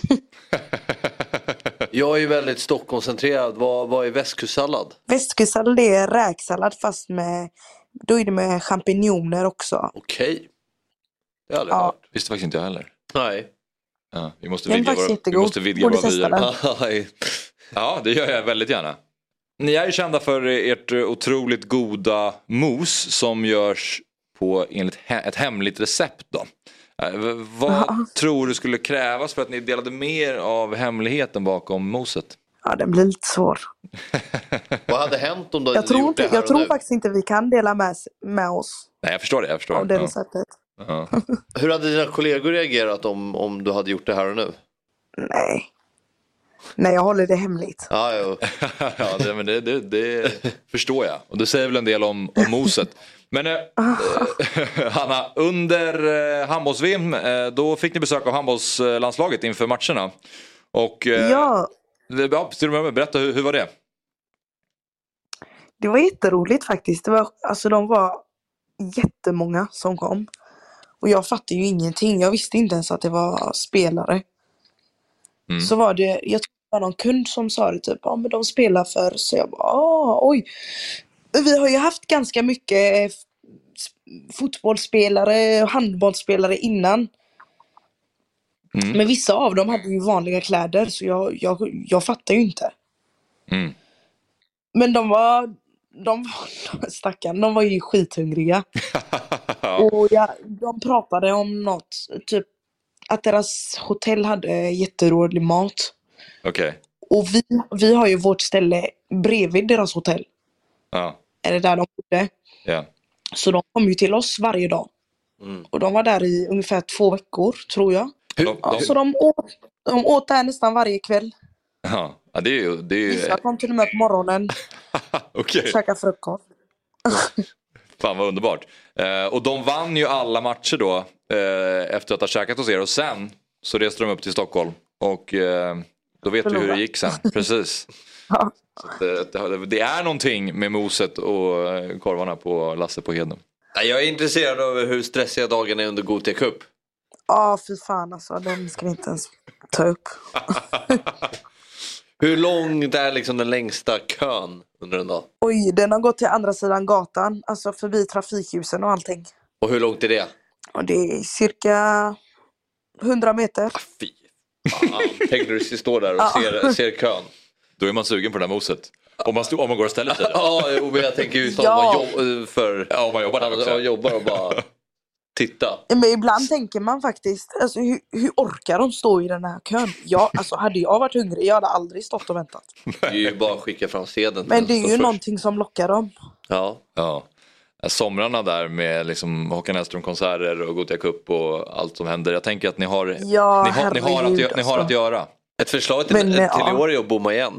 Jag är ju väldigt stockkoncentrerad. Vad, vad är västkustsallad? Västkustsallad är räksallad fast med, då är det med champinjoner också. Okej. Okay. Det har jag aldrig ja. hört. Visste faktiskt inte jag heller. Nej. Ja, vi måste vidga våra, vi måste vidga våra vyer. Ja, det gör jag väldigt gärna. Ni är ju kända för ert otroligt goda mos som görs på enligt he- ett hemligt recept då. Vad ja. tror du skulle krävas för att ni delade mer av hemligheten bakom moset? Ja, det blir lite svår. Vad hade hänt om du jag hade tror gjort inte, det här Jag tror nu? faktiskt inte vi kan dela med, med oss. Nej, jag förstår det. Jag förstår av det ja. receptet. Ja. Hur hade dina kollegor reagerat om, om du hade gjort det här och nu? Nej. Nej, jag håller det hemligt. Ja, jo. ja det, men det, det, det förstår jag. Och det säger väl en del om, om moset. Men eh, Hanna, under eh, handbolls-V M eh, då fick ni besök av handbollslandslaget inför matcherna. Och eh, ja. ja, berätta, hur, hur var det? Det var jätteroligt faktiskt. Det var, alltså, de var jättemånga som kom. Och jag fattade ju ingenting. Jag visste inte ens att det var spelare. Mm. Så var det, jag tror det var någon kund som sa det typ, ja men de spelar för, så jag bara, ah, oj. Vi har ju haft ganska mycket fotbollsspelare och handbollsspelare innan. Mm. Men vissa av dem hade ju vanliga kläder så jag, jag, jag fattar ju inte. Mm. Men de var, de var, stackarn, de var ju skithungriga. Och ja, de pratade om något, typ att deras hotell hade jätterolig mat. Okej. Okay. Och vi, vi har ju vårt ställe bredvid deras hotell. Ja. Eller där de bodde. Ja. Så de kom ju till oss varje dag. Mm. Och de var där i ungefär två veckor, tror jag. Hur? Ja, de... Så de åt, de åt där nästan varje kväll. Ja, ja det är ju... Det är ju... Vissa kom till och med på morgonen. Okej. Okay. Käka frukost. Fan vad underbart. Eh, och de vann ju alla matcher då. Eh, efter att ha käkat hos er. Och sen så reste de upp till Stockholm. Och eh, då vet vi hur det gick sen. Precis. Ja. Så det, det, det är någonting med moset och korvarna på Lasse på Heden. Jag är intresserad av hur stressiga dagarna är under Gothia Cup. Ja, fy fan alltså. Den ska vi inte ens ta upp. Hur lång är liksom den längsta kön under en dag? Oj, den har gått till andra sidan gatan. Alltså förbi trafikljusen och allting. Och hur långt är det? Och det är cirka hundra meter. Ah, fy fan. Tänk när du står där och ser, ser kön. Då är man sugen på det där moset. Om man, stod, om man går och ställer sig där. Ja, men jag tänker ju ja. man jobb, för ja, om man jobbar där också. Man jobbar och bara titta. Men ibland tänker man faktiskt, alltså, hur, hur orkar de stå i den här kön? Jag, alltså, hade jag varit hungrig, jag hade aldrig stått och väntat. Det är ju bara att skicka fram sedeln. Men det är ju först. Någonting som lockar dem. Ja. Ja. somrarna där med liksom Håkan Hellström-konserter och Gothia Cup och allt som händer. Jag tänker att ni har, Ja, ni har, ni har, att, herregud, ni har alltså. att göra. Ett förslag till, Men, till ja. i år är att bomma igen.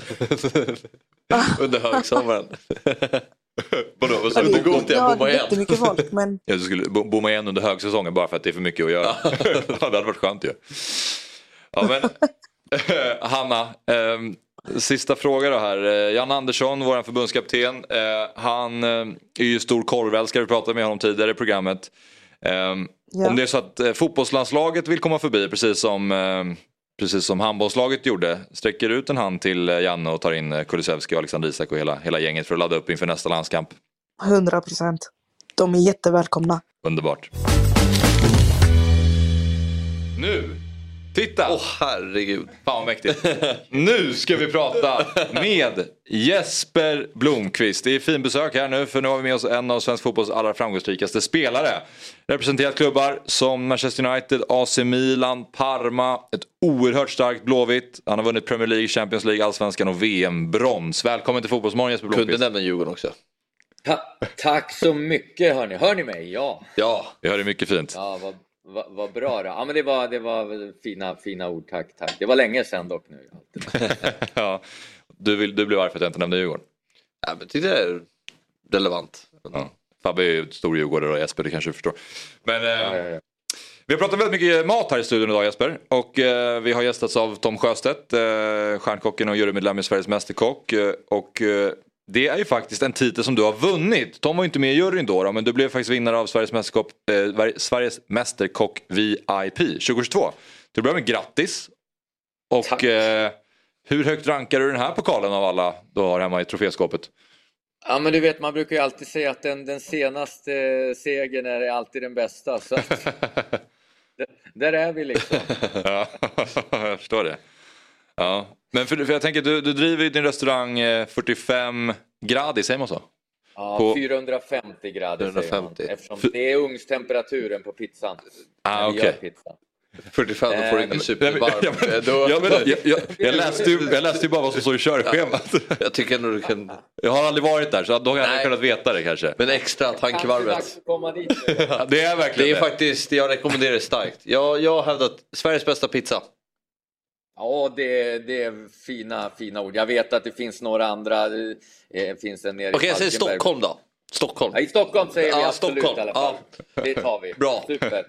Under högsommaren. Vadå, vad sa du? Du går till Ja, att bomma det är igen? jättemycket folk, men Jag skulle bo- bomma igen under högsäsongen bara för att det är för mycket att göra. Det hade varit skönt ju. Ja, men Hanna, eh, sista fråga då här. Eh, Jan Andersson, vår förbundskapten, eh, han eh, är ju stor korvälskare, vi pratade med honom tidigare i programmet. Eh, Ja. Om det är så att eh, fotbollslandslaget vill komma förbi, precis som, eh, precis som handbollslaget gjorde, sträcker ut en hand till eh, Janne och tar in eh, Kulusevski och Alexander Isak och hela, hela gänget för att ladda upp inför nästa landskamp. hundra procent. De är jättevälkomna. Underbart. Nu, titta! Åh oh, herregud. Fan vad mäktigt. Nu ska vi prata med Jesper Blomqvist. Det är fin besök här nu, för nu har vi med oss en av svensk fotbolls allra framgångsrikaste spelare. Representerat klubbar som Manchester United, A C Milan, Parma, ett oerhört starkt Blåvitt. Han har vunnit Premier League, Champions League, Allsvenskan och V M-brons. Välkommen till Fotbollsmorgon, Jesper Blomqvist. Kunde nämna Djurgården också. Ta- tack så mycket, hörni. Hör ni mig? Ja. Ja, vi hör det mycket fint. Ja, vad, vad, vad bra då. Ja, men det var, det var fina, fina ord. Tack, tack. Det var länge sedan dock nu. Ja, du, vill, du blev arg för att jag inte nämnde Djurgården. Ja, men det är relevant. Ja. Fabbe är ju ett stor djurgårdare och Jesper, det kanske du förstår. Men eh, Ja, ja, ja. vi har pratat väldigt mycket mat här i studion idag, Jesper. Och eh, vi har gästats av Tom Sjöstedt, eh, stjärnkocken och jurymedlem i Sveriges Mästerkock. Eh, och eh, det är ju faktiskt en titel som du har vunnit. Tom var ju inte med i juryn då, då men du blev faktiskt vinnare av Sveriges Mästerkock, eh, Sveriges Mästerkock V I P tjugohundratjugotvå. Du börjar med grattis. Och eh, hur högt rankar du den här pokalen av alla du har hemma i troféskåpet? Ja, men du vet, man brukar ju alltid säga att den, den senaste segern är alltid den bästa. Så att, d- där är vi liksom. Ja, jag förstår det. Ja. Men för, för jag tänker, du, du driver ju din restaurang eh, fyrtiofem grader, säger man så? Ja, På... fyrahundrafemtio grader fyrahundrafemtio. säger man. Eftersom det är ugnstemperaturen på pizzan. Ah, när vi okej. gör pizza. fyrtiofem, då får du inte supervarmt. Ja, men, ja, men, jag, jag, jag, läste ju, jag läste ju bara vad som står i körschemat. Jag tycker ändå du kan... Jag har aldrig varit där, så då har jag aldrig kunnat veta det kanske. Men extra tankevarvet. Komma dit nu. Ja, det är verkligen det. Det är faktiskt, jag rekommenderar det starkt. Jag, jag har hävdat Sveriges bästa pizza. Ja, det, det är fina, fina ord. Jag vet att det finns några andra. Det finns en nere i Okej, jag säger Falkenberg. Stockholm då. Stockholm. Ja, i Stockholm säger vi Ja, absolut Stockholm. i alla fall. Ja. Det tar vi. Bra. Super.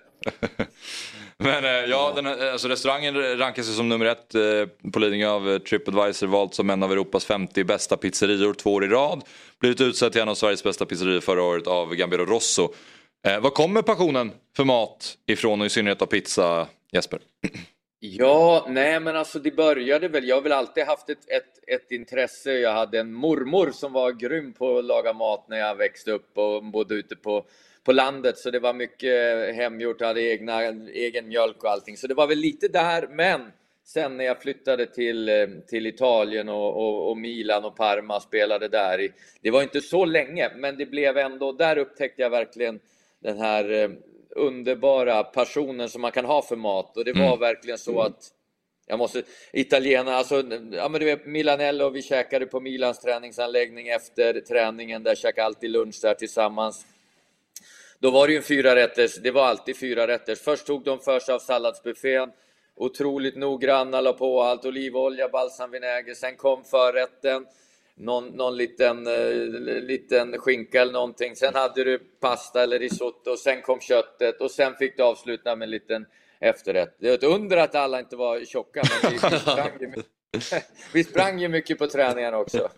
Men eh, ja, den, här- alltså, restaurangen rankas ju som nummer ett eh, på Lidingö av eh, TripAdvisor, valt som en av Europas femtio bästa pizzerior två år i rad. Blivit utsedd till en av Sveriges bästa pizzerior förra året av Gambero Rosso. Eh, vad kommer passionen för mat ifrån, och i synnerhet av pizza, Jesper? Ja, nej men alltså det började väl. Jag har väl alltid haft ett, ett, ett intresse. Jag hade en mormor som var grym på att laga mat när jag växte upp och bodde ute på, på landet. Så det var mycket hemgjort. Jag hade egna, egen mjölk och allting. Så det var väl lite där. Men sen när jag flyttade till, till Italien och, och, och Milan och Parma, spelade där. I, det var inte så länge, men det blev ändå, där upptäckte jag verkligen den här underbara passionen som man kan ha för mat. Och det var Mm. verkligen så att jag måste, italienarna, alltså, ja men du vet, Milanello, vi käkade på Milans träningsanläggning efter träningen, där käkade alltid lunch där tillsammans. Då var det ju en fyra rätters, det var alltid fyra rätters. Först tog de för sig av salladsbuffén, otroligt noggranna, la på allt, olivolja, balsamvinäger, sen kom förrätten. Någon, någon liten, uh, liten skinka eller någonting. Sen hade du pasta eller risotto. Och sen kom köttet. Och sen fick du avsluta med en liten efterrätt. Det är ett under att alla inte var tjocka. Men vi, vi, sprang, ju mycket, vi sprang ju mycket på träningen också.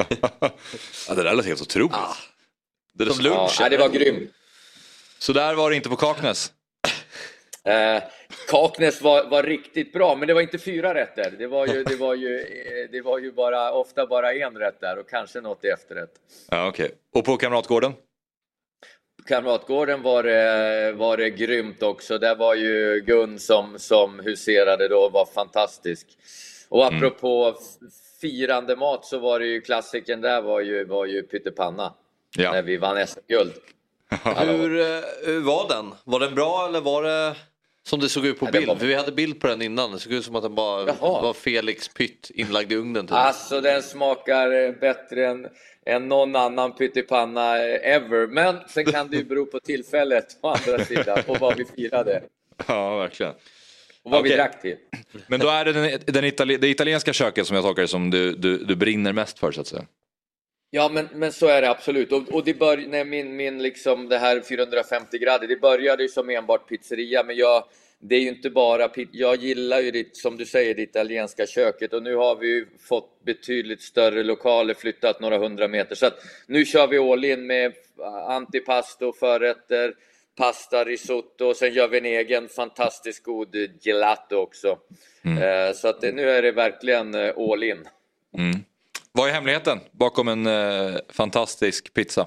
Ja, det där lät helt otroligt. Ah. Det, där Som lunch. Ja, det var grymt. Så där var det inte på Kaknäs. Eh, Kaknäs var, var riktigt bra, men det var inte fyra rätter. Det var ju, det var ju, det var ju bara, ofta bara en rätt där och kanske något i efterrätt. Ja, okej. Och på Kamratgården? Kamratgården var det, var det grymt också. Där var ju Gun som, som huserade då, var fantastisk. Och apropå mm. firande mat, så var det ju klassiken där var ju, var ju pyttipanna. Ja. När vi vann S M-guld. Hur, hur var den? Var den bra eller var det Som det såg ut på Ja, bild. var... För vi hade bild på den innan. Det såg ut som att den bara Jaha. var Felix pytt inlagd i ugnen. Typ. Alltså den smakar bättre än, än någon annan pyttipanna ever. Men sen kan det ju bero på tillfället på andra sidan och vad vi firade. Ja, verkligen. Och vad Okej. vi drack till. Men då är det den, den itali- det italienska köket som jag tolkar det som du, du, du brinner mest för, så att säga. Ja, men, men så är det absolut. Och, och det bör, nej, min, min liksom det här fyrahundrafemtio grader, det började ju som enbart pizzeria, men jag, det är ju inte bara, jag gillar ju det, som du säger, det italienska köket, och nu har vi ju fått betydligt större lokaler, flyttat några hundra meter, så att nu kör vi all in med antipasto, förrätter, pasta, risotto, och sen gör vi en egen fantastiskt god gelato också. Mm. Så att det, nu är det verkligen all in. Mm. Vad är hemligheten bakom en eh, fantastisk pizza?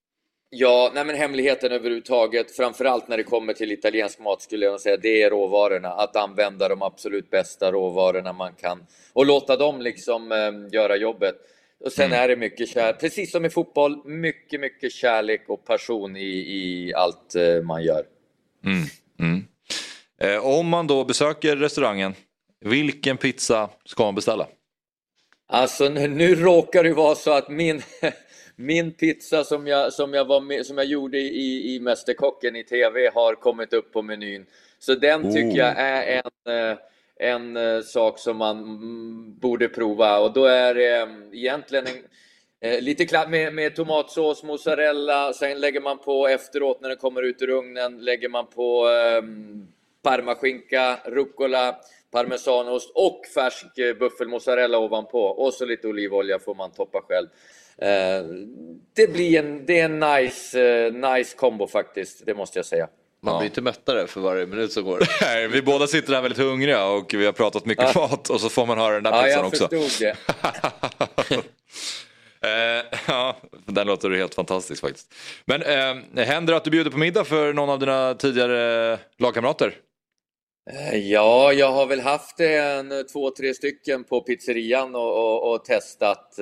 Ja, nej men hemligheten överhuvudtaget, framförallt när det kommer till italiensk mat, skulle jag säga, det är råvarorna. Att använda de absolut bästa råvarorna man kan och låta dem liksom eh, göra jobbet. Och sen mm. är det mycket kärlek, precis som i fotboll, mycket, mycket kärlek och passion i, i allt eh, man gör. Mm. Mm. Eh, om man då besöker restaurangen, vilken pizza ska man beställa? Alltså nu råkar det vara så att min, min pizza som jag, som jag, var med, som jag gjorde i, i Mästerkocken i tv har kommit upp på menyn. Så den tycker oh. jag är en, en sak som man borde prova. Och då är det egentligen en, lite klart med, med tomatsås, mozzarella. Sen lägger man på efteråt när den kommer ut ur ugnen, lägger man på um, parmaskinka, rucola, parmesanost och färsk buffelmozzarella ovanpå. Och så lite olivolja får man toppa själv. Eh, det blir en, det är en nice, eh, nice kombo faktiskt, det måste jag säga. Man blir inte mättare för varje minut som går. Nej, vi båda sitter där väldigt hungriga och vi har pratat mycket ja. mat och så får man höra den där pizzan också. Ja, jag förstod det. eh, ja, den låter helt fantastisk faktiskt. Men eh, händer det att du bjuder på middag för någon av dina tidigare lagkamrater? Ja, jag har väl haft en två, tre stycken på pizzerian och, och, och testat.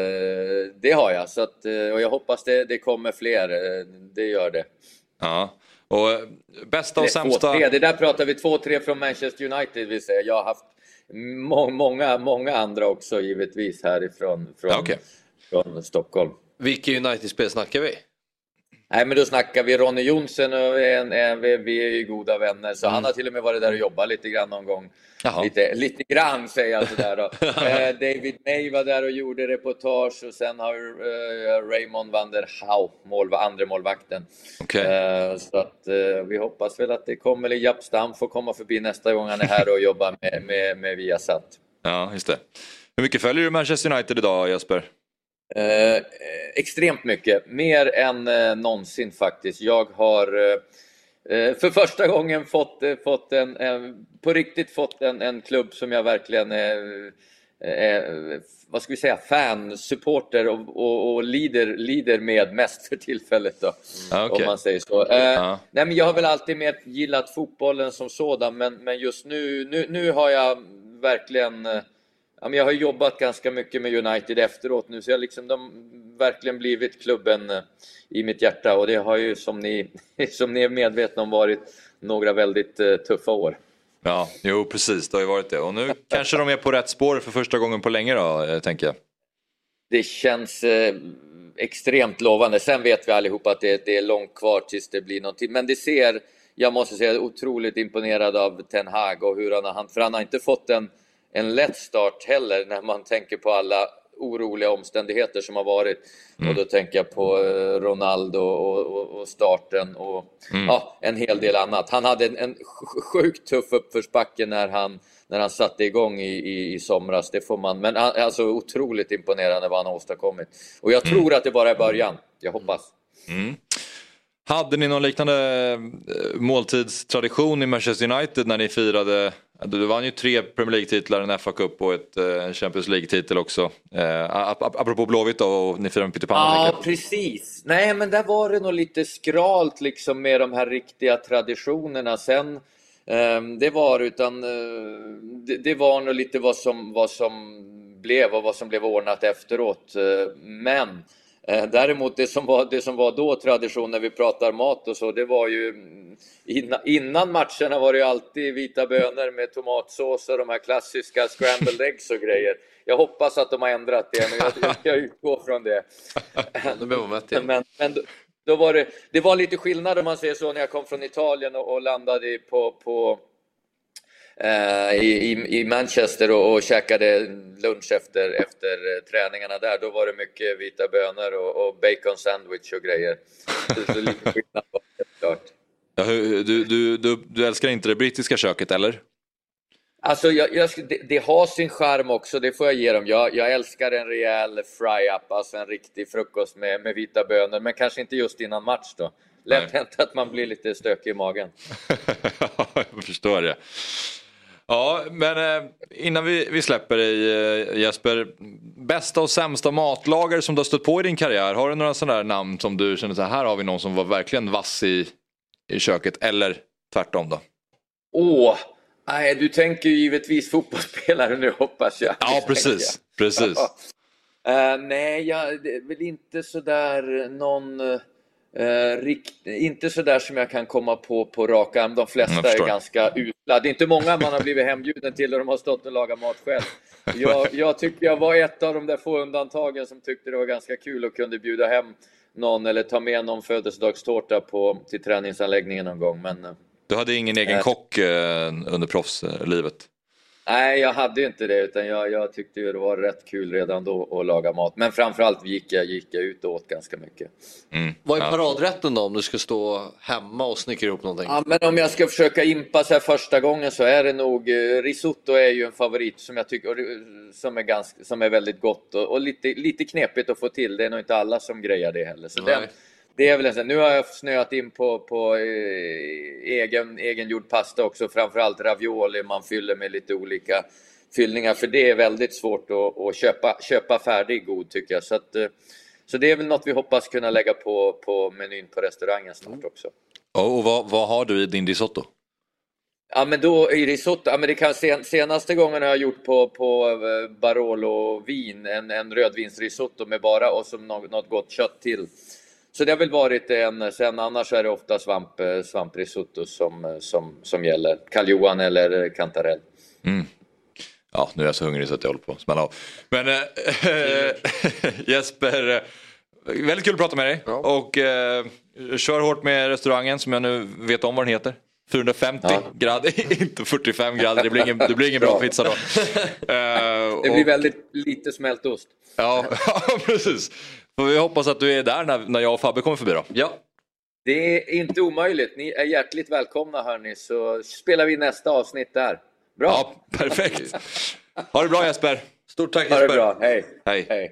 Det har jag, så att, och jag hoppas det, det kommer fler. Det gör det. Ja, och bästa och sämsta... Två, tre. Det där pratar vi två, tre från Manchester United vill säga. Jag har haft må, många, många andra också givetvis härifrån från, ja, okay. från Stockholm. Vilka United-spel snackar vi? Nej, men då snackar vi Ronny Jonsson och en, en, vi, vi är ju goda vänner. Så mm. han har till och med varit där och jobbat lite grann någon gång. Lite, lite grann säger jag sådär då. eh, David May var där och gjorde reportage. Och sen har eh, Raymond van der Hau, mål, andra målvakten. Okay. Eh, så att eh, vi hoppas väl att det kommer, eller Japstam får komma förbi nästa gång han är här och jobbar med, med, med Viasat. Ja, just det. Hur mycket följer du Manchester United idag, Jesper? Eh, extremt mycket, mer än eh, någonsin faktiskt. Jag har eh, för första gången fått, eh, fått en, eh, på riktigt fått en, en klubb som jag verkligen eh, eh, vad ska vi säga, fan, supporter och, och, och lider, lider med mest för tillfället då, mm. okay. om man säger så. Eh, ja. Nej, men jag har väl alltid mer gillat fotbollen som sådan, men, men just nu, nu, nu har jag verkligen eh, Ja, men jag har jobbat ganska mycket med United efteråt nu, så jag liksom, de verkligen blivit klubben i mitt hjärta, och det har ju som ni, som ni är medvetna om varit några väldigt uh, tuffa år. Ja, jo precis, det har ju varit det, och nu kanske de är på rätt spår för första gången på länge då, tänker jag. Det känns eh, extremt lovande. Sen vet vi allihopa att det, det är långt kvar tills det blir någonting, men det ser, jag måste säga, otroligt imponerad av Ten Hag och hur han har, för han har inte fått en en lätt start heller när man tänker på alla oroliga omständigheter som har varit. Mm. Och då tänker jag på Ronaldo och, och, och starten och mm. ja, en hel del annat. Han hade en, en sjukt tuff uppförsbacke när han, när han satte igång i, i, i somras. Det får man, men alltså otroligt imponerande vad han har åstadkommit. Och jag tror mm. att det bara är början. Jag hoppas. Mm. Hade ni någon liknande måltidstradition i Manchester United när ni firade? Du vann ju tre Premier League-titlar, en F A Cup och ett, en Champions League-titel också. Eh, apropå Blåvitt då, och ni firade en pyttipanna. Ja, precis. Nej, men där var det nog lite skralt liksom med de här riktiga traditionerna. Sen, eh, det var utan eh, det, det var nog lite vad som, vad som blev och vad som blev ordnat efteråt. Eh, men Däremot det som, var, det som var då tradition när vi pratar mat och så, det var ju innan, innan matcherna var det ju alltid vita bönor med tomatsås och de här klassiska scrambled eggs och grejer. Jag hoppas att de har ändrat det, men jag, jag ska utgå från det. men men då, då var det, det var lite skillnad om man säger så när jag kom från Italien och, och landade på, på eh, i, i Manchester och, och käkade lunch efter, efter träningarna där. Då var det mycket vita bönor och, och bacon sandwich och grejer. Så, så lite skillnad var det, klart. Ja, du, du, du, du älskar inte det brittiska köket, eller? Alltså jag, jag, det, det har sin charm också, det får jag ge dem. Jag, jag älskar en rejäl fry-up, alltså en riktig frukost med, med vita bönor. Men kanske inte just innan match då. Lätt hänt att man blir lite stökig i magen. Jag förstår det. Ja, men eh, innan vi, vi släpper dig eh, Jesper. Bästa och sämsta matlagare som du har stött på i din karriär. Har du några sådana där namn som du känner så här, här har vi någon som var verkligen vass i, i köket? Eller tvärtom då? Åh! Nej, du tänker ju givetvis fotbollsspelare nu, hoppas jag. Ja, precis. precis. uh, nej, jag, det är väl inte sådär någon... Uh, rikt, inte sådär som jag kan komma på på rak arm. De flesta är ganska utla. Det är inte många man har blivit hembjuden till och de har stått och lagat mat själv. Jag, jag tycker jag var ett av de där få undantagen som tyckte det var ganska kul och kunde bjuda hem någon eller ta med någon födelsedagstårta på, till träningsanläggningen någon gång. Men... Du hade ingen egen äh, kock eh, under proffslivet? Nej, jag hade ju inte det, utan jag, jag tyckte ju det var rätt kul redan då att laga mat. Men framförallt gick jag, gick jag ut och åt ganska mycket. Mm. Vad är paradrätten då om du ska stå hemma och snickra ihop någonting? Ja, men om jag ska försöka impa så här första gången så är det nog risotto är ju en favorit som jag tycker som är, ganska, som är väldigt gott och, och lite, lite knepigt att få till. Det är nog inte alla som grejar det heller. Så den, det är väl en sån. Nu har jag snöat in på, på eh, egen, egengjord pasta också. Framförallt ravioli man fyller med lite olika fyllningar. För det är väldigt svårt att, att köpa, köpa färdig god tycker jag. Så, att, eh, så det är väl något vi hoppas kunna lägga på, på menyn på restaurangen snart också. Oh, och vad, vad har du i din risotto? Ja men då i risotto, ja, men det kan, sen, senaste gången har jag gjort på, på Barolo vin, en, en rödvinsrisotto med bara och som något, något gott kött till. Så det har väl varit en, sen annars är det ofta svamp, svamprisotto som, som, som gäller. Karl-Johan eller kantarell. Mm. Ja, nu är jag så hungrig så att jag håller på att smälla av. Men äh, äh, Jesper, väldigt kul att prata med dig. Ja. Och äh, kör hårt med restaurangen som jag nu vet om vad den heter. fyrahundrafemtio ja. grader, inte fyrtiofem grader. Det blir ingen, det blir ingen bra pizza då. Uh, det blir och, väldigt lite smältost. Ja, precis. Och vi hoppas att du är där när, när jag och Fabbe kommer förbi då. Ja. Det är inte omöjligt. Ni är hjärtligt välkomna hörni. Så spelar vi nästa avsnitt där. Bra. Ja, perfekt. Ha det bra Jesper. Stort tack Jesper. Ha det bra. Hej. Hej. Hej.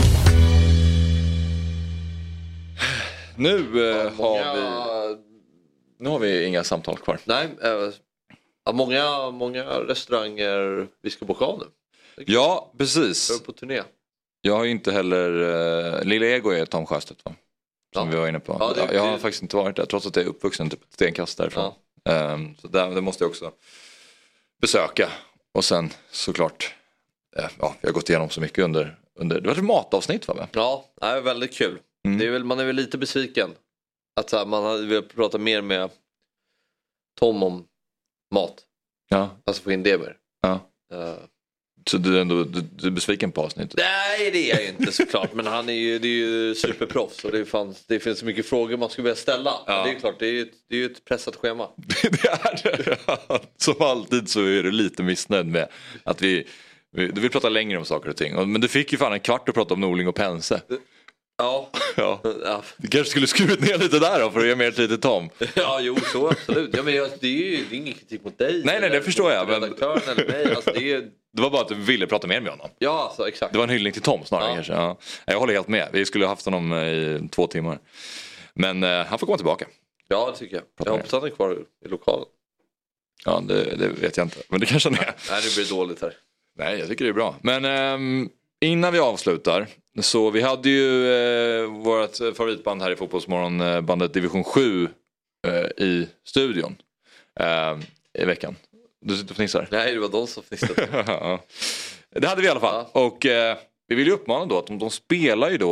Nu uh, har vi... Nu har vi inga samtal kvar. Nej, äh, många, många restauranger vi ska boka av nu. Ja, precis. Jag är på turné. Jag har ju inte heller... Uh, Lilla Ego är Tom Sjöstedt va? Som ja. vi var inne på. Ja, det, jag har det... faktiskt inte varit där trots att jag är uppvuxen typ ett stenkast därifrån. Ja. Um, så där, det måste jag också besöka. Och sen såklart... Uh, ja, vi har gått igenom så mycket under... under det var ett matavsnitt va? Ja, det är väldigt kul. Mm. Det är väl, man är väl lite besviken. Att så här, man hade velat prata mer med Tom om mat. Ja. Alltså få in det mer. Ja. Uh. Så du är ändå du, du är besviken på avsnittet? Nej, det är jag inte såklart. Men han är ju, det är ju superproffs. Och det, fanns, det finns så mycket frågor man skulle vilja ställa. Ja. Det är ju klart, det är ju, det är ju ett pressat schema. Det är det. Ja. Som alltid så är du lite missnöjd med att vi, vi, du vill prata längre om saker och ting. Men du fick ju fan en kvart att prata om Norling och Pense. Ja. Ja. Ja. Du kanske skulle skrivit ner lite där då för att ge mer tid till Tom. Ja, jo, så absolut. Ja, men jag, det är ju det är ingen kritik mot dig. Nej, nej, det förstår jag. Men... eller mig. Alltså, det, är... det var bara att du ville prata mer med honom. Ja, alltså, exakt. Det var en hyllning till Tom snarare ja. kanske. Ja. Jag håller helt med. Vi skulle ha haft honom i två timmar. Men uh, han får komma tillbaka. Ja, det tycker jag. Prata jag hoppas att han är kvar i lokalen. Ja, det, det vet jag inte. Men det kanske han är. Nej, det blir dåligt här. Nej, jag tycker det är bra. Men... Um... Innan vi avslutar, så vi hade ju eh, vårt favoritband här i Fotbollsmorgon, eh, bandet Division sju eh, i studion eh, i veckan. Du sitter och fnissar? Nej, det var de som fnissade. Ja. Det hade vi i alla fall. Ja. Och eh, vi vill ju uppmana då att de, de spelar ju då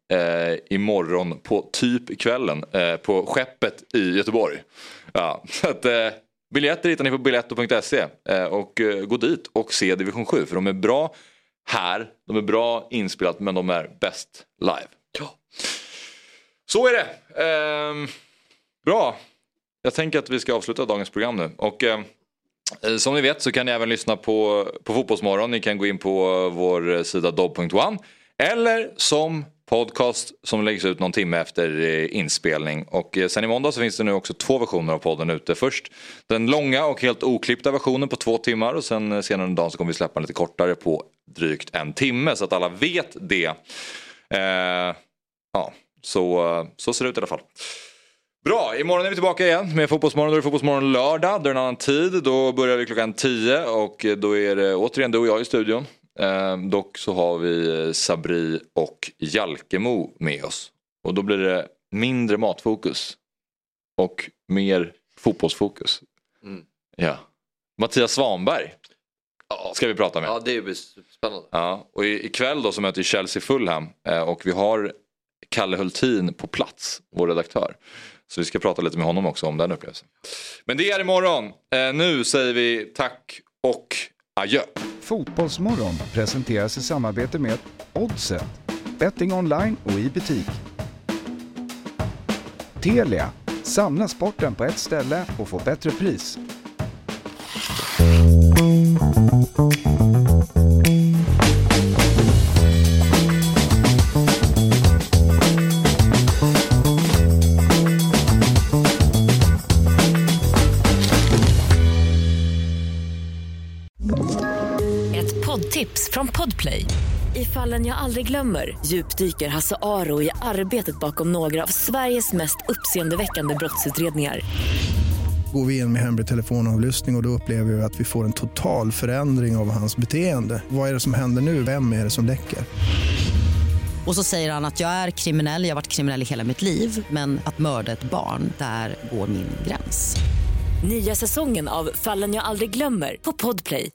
eh, imorgon på typ kvällen eh, på Skeppet i Göteborg. Ja, så att, eh, biljetter hittar ni på biletto punkt se eh, och eh, gå dit och se Division sju för de är bra här, de är bra inspelat men de är bäst live. Ja. Så är det. Eh, bra. Jag tänker att vi ska avsluta dagens program nu och eh, som ni vet så kan ni även lyssna på, på Fotbollsmorgon. Ni kan gå in på vår sida dobb punkt one eller som podcast som läggs ut någon timme efter inspelning. Och sen i måndag så finns det nu också två versioner av podden ute. Först den långa och helt oklippta versionen på två timmar och sen senare en dag så kommer vi släppa lite kortare på drygt en timme så att alla vet det. Eh, ja, så, så ser det ut i alla fall. Bra, imorgon är vi tillbaka igen med Fotbollsmorgon. Då är det Fotbollsmorgon lördag, då är det en annan tid. Då börjar vi klockan tio och då är det återigen du och jag i studion. Eh, dock så har vi Sabri och Jalkemo med oss. Och då blir det mindre matfokus och mer fotbollsfokus. Mm. Ja. Mattias Svanberg ska vi prata med. Ja, det är spännande. Ja, och ikväll då så möter Chelsea Fulham eh, och vi har Kalle Hultin på plats, vår redaktör. Så vi ska prata lite med honom också om den upplevelsen. Men det är imorgon. Eh, nu säger vi tack och adjö. Fotbollsmorgon presenteras i samarbete med Oddset. Betting online och i butik. Telia. Samla sporten på ett ställe och få bättre pris. Tips från Podplay. I Fallen jag aldrig glömmer djupdyker Hasse Aro i arbetet bakom några av Sveriges mest uppseendeväckande brottsutredningar. Går vi in med hemlig telefonavlyssning och då upplever vi att vi får en total förändring av hans beteende. Vad är det som händer nu? Vem är det som läcker? Och så säger han att jag är kriminell, jag har varit kriminell i hela mitt liv. Men att mörda ett barn, där går min gräns. Nya säsongen av Fallen jag aldrig glömmer på Podplay.